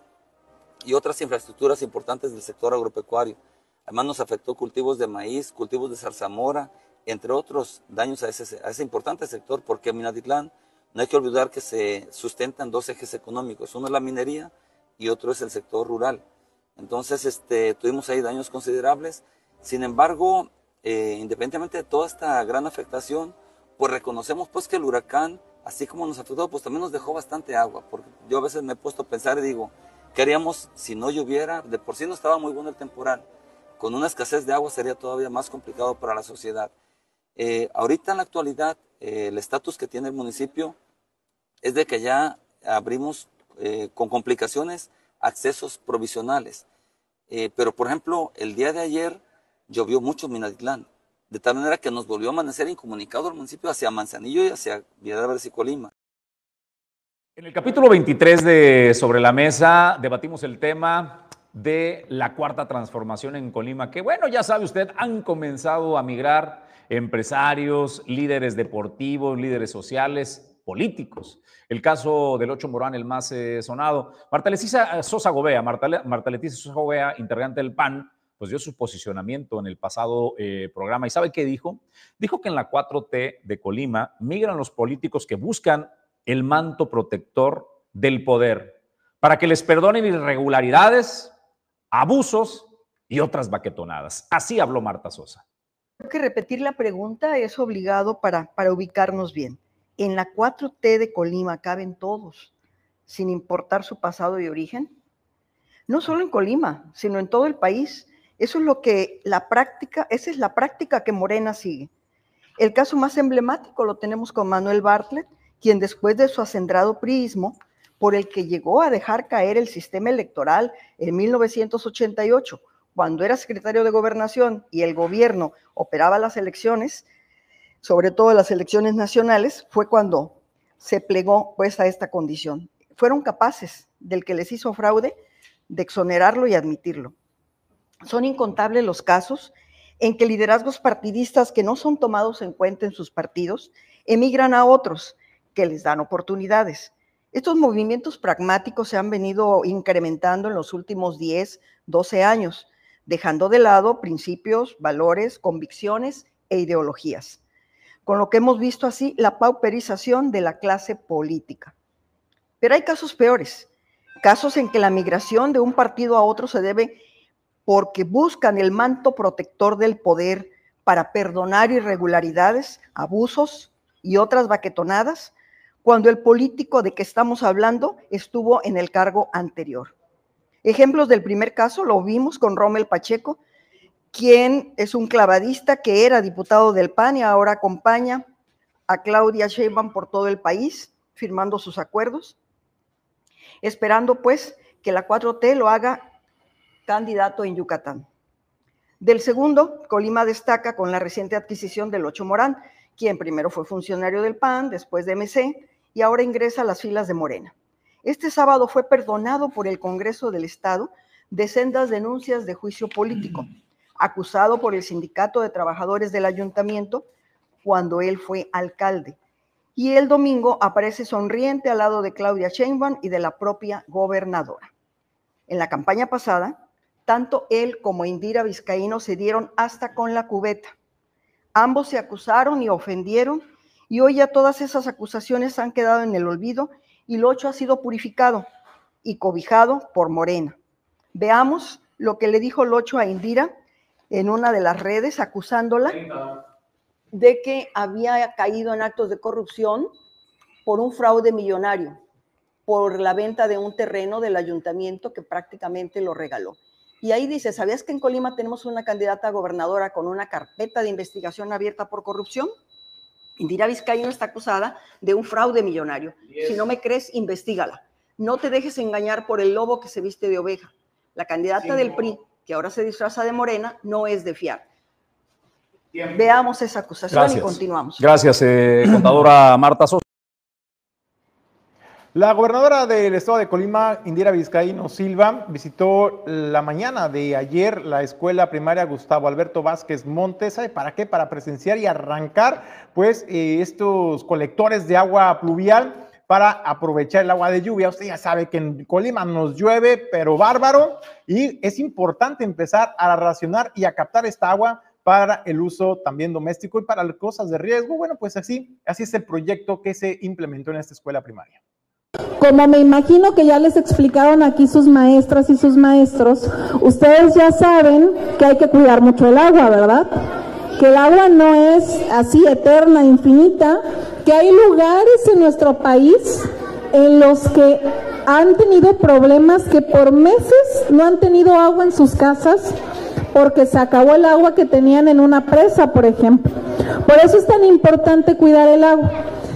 y otras infraestructuras importantes del sector agropecuario. Además nos afectó cultivos de maíz, cultivos de zarzamora, entre otros daños a ese, a ese importante sector, porque en Minatitlán no hay que olvidar que se sustentan dos ejes económicos, uno es la minería y otro es el sector rural. Entonces este, tuvimos ahí daños considerables. Sin embargo, eh, independientemente de toda esta gran afectación, pues reconocemos pues que el huracán, así como nos afectó, pues también nos dejó bastante agua, porque yo a veces me he puesto a pensar y digo, ¿qué haríamos si no lloviera? De por sí no estaba muy bueno el temporal, con una escasez de agua sería todavía más complicado para la sociedad. Eh, ahorita en la actualidad, eh, el estatus que tiene el municipio es de que ya abrimos eh, con complicaciones accesos provisionales. Eh, pero, por ejemplo, el día de ayer llovió mucho en Minatitlán, de tal manera que nos volvió a amanecer incomunicado el municipio hacia Manzanillo y hacia Villa de Álvarez y Colima. En el capítulo veintitrés de Sobre la Mesa debatimos el tema de la cuarta transformación en Colima, que bueno, ya sabe usted, han comenzado a migrar empresarios, líderes deportivos, líderes sociales, políticos. El caso del Ocho Morán, el más eh, sonado. Marta Leticia Sosa Gobea, Marta, Marta Leticia Sosa Gobea, integrante del P A N, pues dio su posicionamiento en el pasado eh, programa. ¿Y sabe qué dijo? Dijo que en la cuatro T de Colima migran los políticos que buscan el manto protector del poder para que les perdonen irregularidades, abusos y otras baquetonadas. Así habló Marta Sosa. Creo que repetir la pregunta es obligado para, para ubicarnos bien. En la cuatro T de Colima caben todos, sin importar su pasado y origen. No solo en Colima, sino en todo el país. Eso es lo que la práctica, esa es la práctica que Morena sigue. El caso más emblemático lo tenemos con Manuel Bartlett, quien después de su acendrado priismo, por el que llegó a dejar caer el sistema electoral en mil novecientos ochenta y ocho, cuando era secretario de Gobernación y el gobierno operaba las elecciones, sobre todo las elecciones nacionales, fue cuando se plegó pues a esta condición. Fueron capaces del que les hizo fraude de exonerarlo y admitirlo. Son incontables los casos en que liderazgos partidistas que no son tomados en cuenta en sus partidos emigran a otros que les dan oportunidades. Estos movimientos pragmáticos se han venido incrementando en los últimos diez, doce años, dejando de lado principios, valores, convicciones e ideologías, con lo que hemos visto así la pauperización de la clase política. Pero hay casos peores, casos en que la migración de un partido a otro se debe porque buscan el manto protector del poder para perdonar irregularidades, abusos y otras baquetonadas, cuando el político de que estamos hablando estuvo en el cargo anterior. Ejemplos del primer caso lo vimos con Rommel Pacheco, quien es un clavadista que era diputado del P A N y ahora acompaña a Claudia Sheinbaum por todo el país, firmando sus acuerdos, esperando pues que la cuatro T lo haga candidato en Yucatán. Del segundo, Colima destaca con la reciente adquisición del Ocho Morán, quien primero fue funcionario del P A N, después de M C, y ahora ingresa a las filas de Morena. Este sábado fue perdonado por el Congreso del Estado de sendas denuncias de juicio político, acusado por el Sindicato de Trabajadores del Ayuntamiento cuando él fue alcalde. Y el domingo aparece sonriente al lado de Claudia Sheinbaum y de la propia gobernadora. En la campaña pasada, tanto él como Indira Vizcaíno se dieron hasta con la cubeta. Ambos se acusaron y ofendieron, y hoy ya todas esas acusaciones han quedado en el olvido y Locho ha sido purificado y cobijado por Morena. Veamos lo que le dijo Locho a Indira en una de las redes, acusándola de que había caído en actos de corrupción por un fraude millonario, por la venta de un terreno del ayuntamiento que prácticamente lo regaló. Y ahí dice, ¿sabías que en Colima tenemos una candidata a gobernadora con una carpeta de investigación abierta por corrupción? Indira Vizcaíno está acusada de un fraude millonario. Si no me crees, investígala. No te dejes engañar por el lobo que se viste de oveja. La candidata sí, del P R I, que ahora se disfraza de Morena, no es de fiar. Tiempo. Veamos esa acusación. Gracias. Y continuamos. Gracias, eh, contadora Marta Sosa. La gobernadora del estado de Colima, Indira Vizcaíno Silva, visitó la mañana de ayer la escuela primaria Gustavo Alberto Vázquez Montes. ¿Sabe para qué? Para presenciar y arrancar pues eh, estos colectores de agua pluvial para aprovechar el agua de lluvia. Usted ya sabe que en Colima nos llueve, pero bárbaro, y es importante empezar a racionar y a captar esta agua para el uso también doméstico y para cosas de riesgo. Bueno, pues así, así es el proyecto que se implementó en esta escuela primaria. Como me imagino que ya les explicaron aquí sus maestras y sus maestros, ustedes ya saben que hay que cuidar mucho el agua, ¿verdad? Que el agua no es así eterna, infinita, que hay lugares en nuestro país en los que han tenido problemas que por meses no han tenido agua en sus casas porque se acabó el agua que tenían en una presa, por ejemplo. Por eso es tan importante cuidar el agua.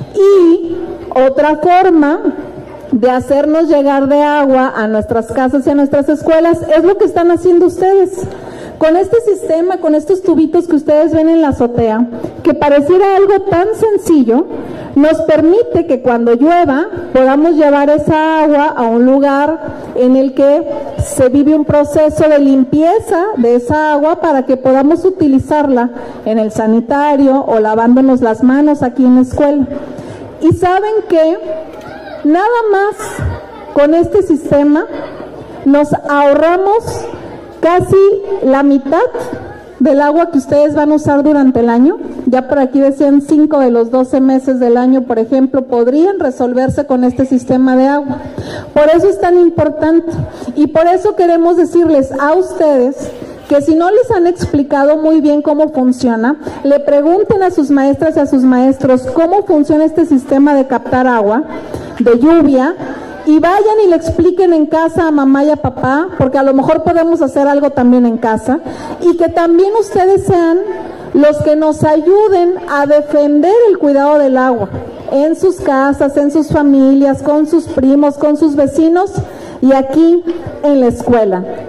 Y otra forma de hacernos llegar de agua a nuestras casas y a nuestras escuelas es lo que están haciendo ustedes. Con este sistema, con estos tubitos que ustedes ven en la azotea, que pareciera algo tan sencillo, nos permite que cuando llueva podamos llevar esa agua a un lugar en el que se vive un proceso de limpieza de esa agua para que podamos utilizarla en el sanitario o lavándonos las manos aquí en la escuela. Y saben que nada más con este sistema nos ahorramos casi la mitad del agua que ustedes van a usar durante el año. Ya por aquí decían cinco de los doce meses del año, por ejemplo, podrían resolverse con este sistema de agua. Por eso es tan importante y por eso queremos decirles a ustedes que si no les han explicado muy bien cómo funciona, le pregunten a sus maestras y a sus maestros cómo funciona este sistema de captar agua de lluvia y vayan y le expliquen en casa a mamá y a papá, porque a lo mejor podemos hacer algo también en casa, y que también ustedes sean los que nos ayuden a defender el cuidado del agua en sus casas, en sus familias, con sus primos, con sus vecinos y aquí en la escuela.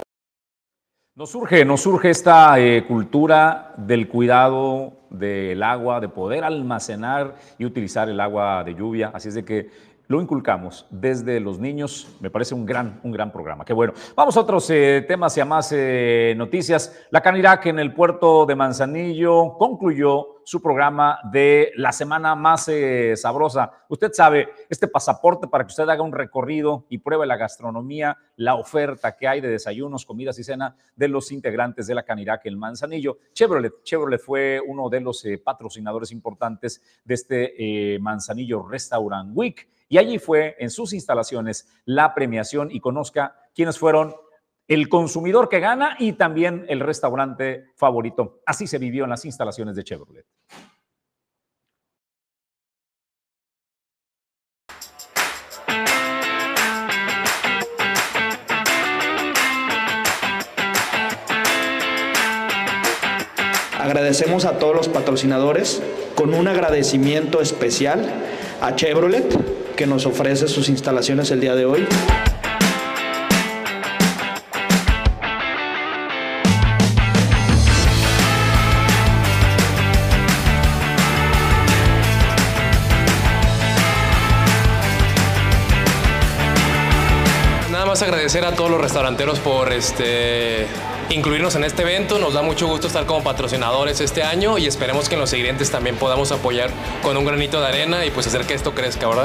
Nos surge, nos surge esta eh, cultura del cuidado del agua, de poder almacenar y utilizar el agua de lluvia, así es de que lo inculcamos desde los niños. Me parece un gran, un gran programa. Qué bueno. Vamos a otros eh, temas y a más eh, noticias. La Canirac en el puerto de Manzanillo concluyó su programa de la semana más eh, sabrosa. Usted sabe, este pasaporte para que usted haga un recorrido y pruebe la gastronomía, la oferta que hay de desayunos, comidas y cena de los integrantes de la Canirac en Manzanillo. Chevrolet, Chevrolet fue uno de los eh, patrocinadores importantes de este eh, Manzanillo Restaurant Week. y allí fue en sus instalaciones la premiación y conozca quiénes fueron el consumidor que gana y también el restaurante favorito. Así se vivió en las instalaciones de Chevrolet. Agradecemos a todos los patrocinadores con un agradecimiento especial a Chevrolet, que nos ofrece sus instalaciones el día de hoy. Nada más agradecer a todos los restauranteros por este... incluirnos en este evento. Nos da mucho gusto estar como patrocinadores este año y esperemos que en los siguientes también podamos apoyar con un granito de arena y pues hacer que esto crezca, ¿verdad?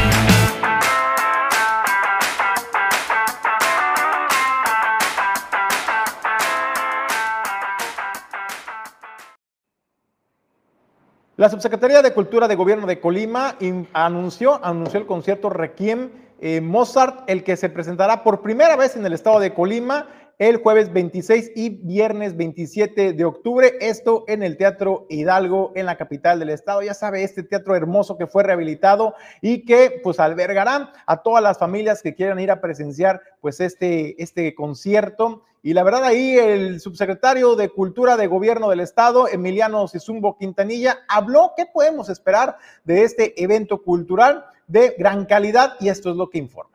La Subsecretaría de Cultura de Gobierno de Colima anunció, anunció el concierto Requiem eh, Mozart, el que se presentará por primera vez en el estado de Colima el jueves veintiséis y viernes veintisiete de octubre, esto en el Teatro Hidalgo, en la capital del estado. Ya sabe, este teatro hermoso que fue rehabilitado y que pues albergará a todas las familias que quieran ir a presenciar pues este, este concierto. Y la verdad, ahí el subsecretario de Cultura de Gobierno del Estado, Emiliano Sizumbo Quintanilla, habló qué podemos esperar de este evento cultural de gran calidad y esto es lo que informa.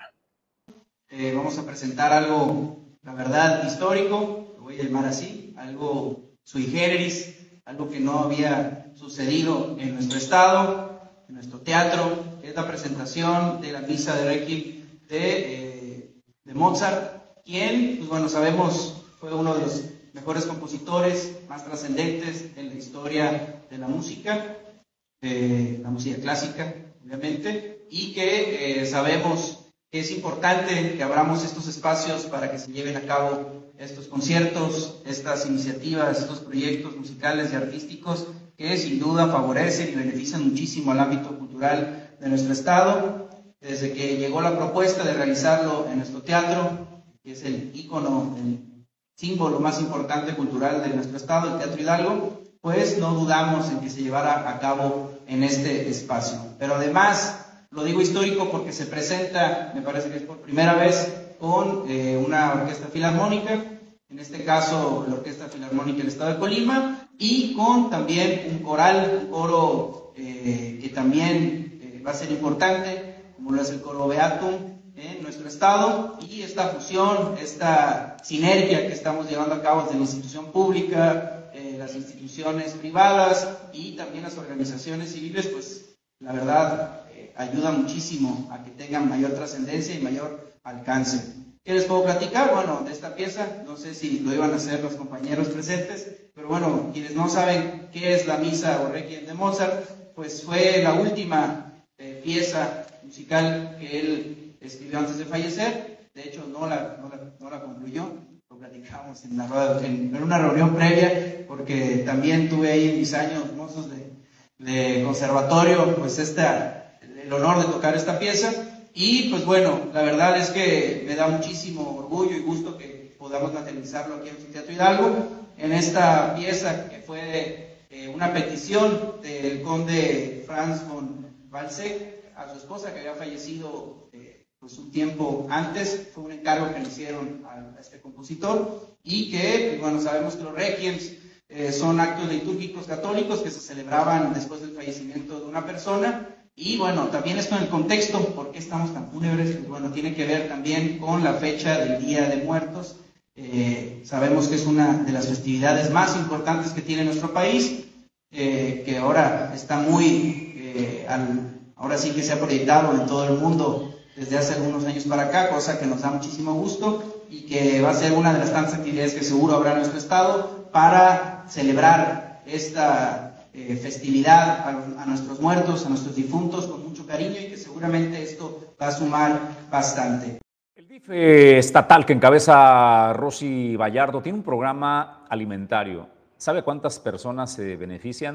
Eh, vamos a presentar algo, la verdad, histórico, lo voy a llamar así, algo sui generis, algo que no había sucedido en nuestro estado, en nuestro teatro, que es la presentación de la misa de Requiem de, eh, de Mozart, quien, pues bueno, sabemos, fue uno de los mejores compositores, más trascendentes en la historia de la música, de la música clásica, obviamente, y que eh, sabemos que es importante que abramos estos espacios para que se lleven a cabo estos conciertos, estas iniciativas, estos proyectos musicales y artísticos que sin duda favorecen y benefician muchísimo al ámbito cultural de nuestro estado. Desde que llegó la propuesta de realizarlo en nuestro teatro, que es el ícono, el símbolo más importante cultural de nuestro estado, el Teatro Hidalgo, pues no dudamos en que se llevara a cabo en este espacio. Pero además, lo digo histórico porque se presenta, me parece que es por primera vez, con eh, una orquesta filarmónica, en este caso la Orquesta Filarmónica del Estado de Colima, y con también un coral, un coro eh, que también eh, va a ser importante, como lo es el coro Beatum, en nuestro estado, y esta fusión, esta sinergia que estamos llevando a cabo desde la institución pública, eh, las instituciones privadas y también las organizaciones civiles, pues la verdad eh, ayuda muchísimo a que tengan mayor trascendencia y mayor alcance. ¿Qué les puedo platicar? Bueno, de esta pieza, no sé si lo iban a hacer los compañeros presentes, pero bueno, quienes no saben qué es la misa o Requiem de Mozart, pues fue la última eh, pieza musical que él escribió antes de fallecer. De hecho no la, no la, no la concluyó, lo platicamos en, la, en, en una reunión previa, porque también tuve ahí en mis años mozos de, de conservatorio, pues esta, el honor de tocar esta pieza, y pues bueno, la verdad es que me da muchísimo orgullo y gusto que podamos materializarlo aquí en el Teatro Hidalgo, en esta pieza que fue eh, una petición del conde Franz von Walsegg a su esposa, que había fallecido eh, pues un tiempo antes. Fue un encargo que le hicieron a, a este compositor, y que, pues bueno, sabemos que los requiems eh, son actos litúrgicos católicos que se celebraban después del fallecimiento de una persona, y bueno, también es con el contexto, ¿por qué estamos tan fúnebres? Pues bueno, tiene que ver también con la fecha del Día de Muertos. Eh, sabemos que es una de las festividades más importantes que tiene nuestro país, eh, que ahora está muy, eh, al, ahora sí que se ha proyectado en todo el mundo desde hace algunos años para acá, cosa que nos da muchísimo gusto y que va a ser una de las tantas actividades que seguro habrá en nuestro estado para celebrar esta eh, festividad a, a nuestros muertos, a nuestros difuntos con mucho cariño, y que seguramente esto va a sumar bastante. El D I F estatal que encabeza Rosy Vallardo tiene un programa alimentario. ¿Sabe cuántas personas se benefician?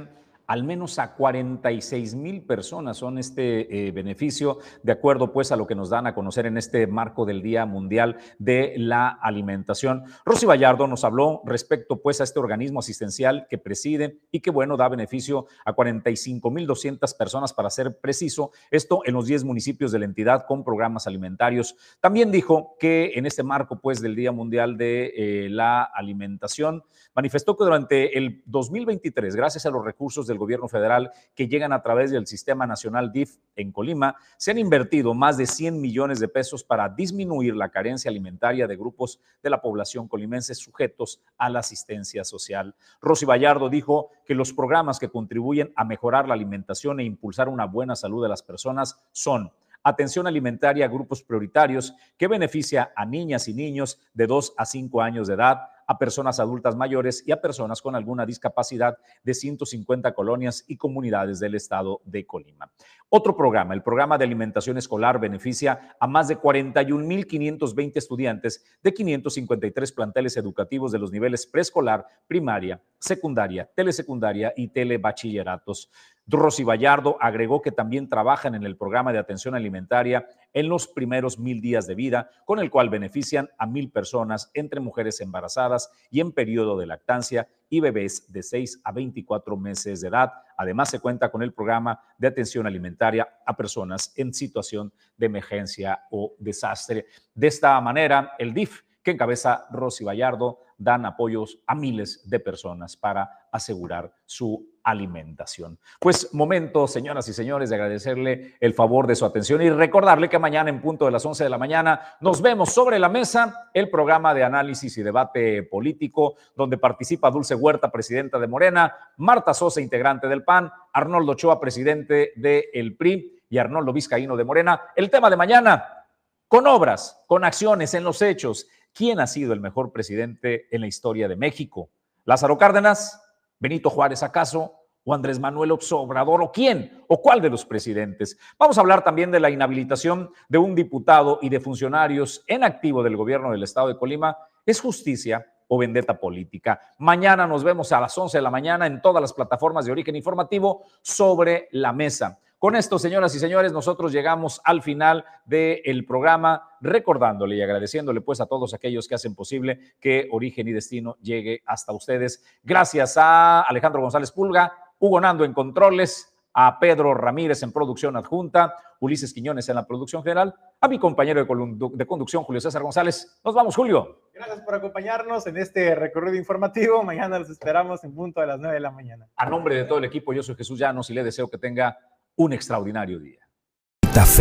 al menos a cuarenta y seis mil personas son este eh, beneficio, de acuerdo pues a lo que nos dan a conocer en este marco del Día Mundial de la Alimentación. Rosy Vallardo nos habló respecto pues a este organismo asistencial que preside y que bueno, da beneficio a cuarenta y cinco mil doscientas personas para ser preciso, esto en los diez municipios de la entidad con programas alimentarios. También dijo que en este marco pues del Día Mundial de eh, la Alimentación, manifestó que durante el dos mil veintitrés, gracias a los recursos del gobierno federal que llegan a través del Sistema Nacional D I F en Colima, se han invertido más de cien millones de pesos para disminuir la carencia alimentaria de grupos de la población colimense sujetos a la asistencia social. Rosy Vallardo dijo que los programas que contribuyen a mejorar la alimentación e impulsar una buena salud de las personas son atención alimentaria a grupos prioritarios que beneficia a niñas y niños de dos a cinco años de edad, a personas adultas mayores y a personas con alguna discapacidad de ciento cincuenta colonias y comunidades del estado de Colima. Otro programa, el programa de alimentación escolar, beneficia a más de cuarenta y un mil quinientos veinte estudiantes de quinientos cincuenta y tres planteles educativos de los niveles preescolar, primaria, secundaria, telesecundaria y telebachilleratos. Rosy Vallardo agregó que también trabajan en el programa de atención alimentaria en los primeros mil días de vida, con el cual benefician a mil personas entre mujeres embarazadas y en periodo de lactancia y bebés de seis a veinticuatro meses de edad. Además, se cuenta con el programa de atención alimentaria a personas en situación de emergencia o desastre. De esta manera, el D I F, que encabeza Rosy Vallardo, dan apoyos a miles de personas para asegurar su alimentación. Pues momento, señoras y señores, de agradecerle el favor de su atención y recordarle que mañana en punto de las once de la mañana nos vemos sobre la mesa, el programa de análisis y debate político, donde participa Dulce Huerta, presidenta de Morena, Marta Sosa, integrante del P A N, Arnoldo Ochoa, presidente del P R I y Arnoldo Vizcaíno de Morena. El tema de mañana, con obras, con acciones, en los hechos. ¿Quién ha sido el mejor presidente en la historia de México? ¿Lázaro Cárdenas? ¿Benito Juárez acaso? ¿O Andrés Manuel López Obrador? ¿O quién? ¿O cuál de los presidentes? Vamos a hablar también de la inhabilitación de un diputado y de funcionarios en activo del gobierno del estado de Colima. ¿Es justicia o vendetta política? Mañana nos vemos a las once de la mañana en todas las plataformas de Origen Informativo sobre la mesa. Con esto, señoras y señores, nosotros llegamos al final del programa, recordándole y agradeciéndole pues a todos aquellos que hacen posible que Origen y Destino llegue hasta ustedes. Gracias a Alejandro González Pulga, Hugo Nando en controles, a Pedro Ramírez en producción adjunta, Ulises Quiñones en la producción general, a mi compañero de, de conducción, Julio César González. Nos vamos, Julio. Gracias por acompañarnos en este recorrido informativo. Mañana los esperamos en punto a las nueve de la mañana. A nombre de todo el equipo, yo soy Jesús Llanos y le deseo que tenga un extraordinario día.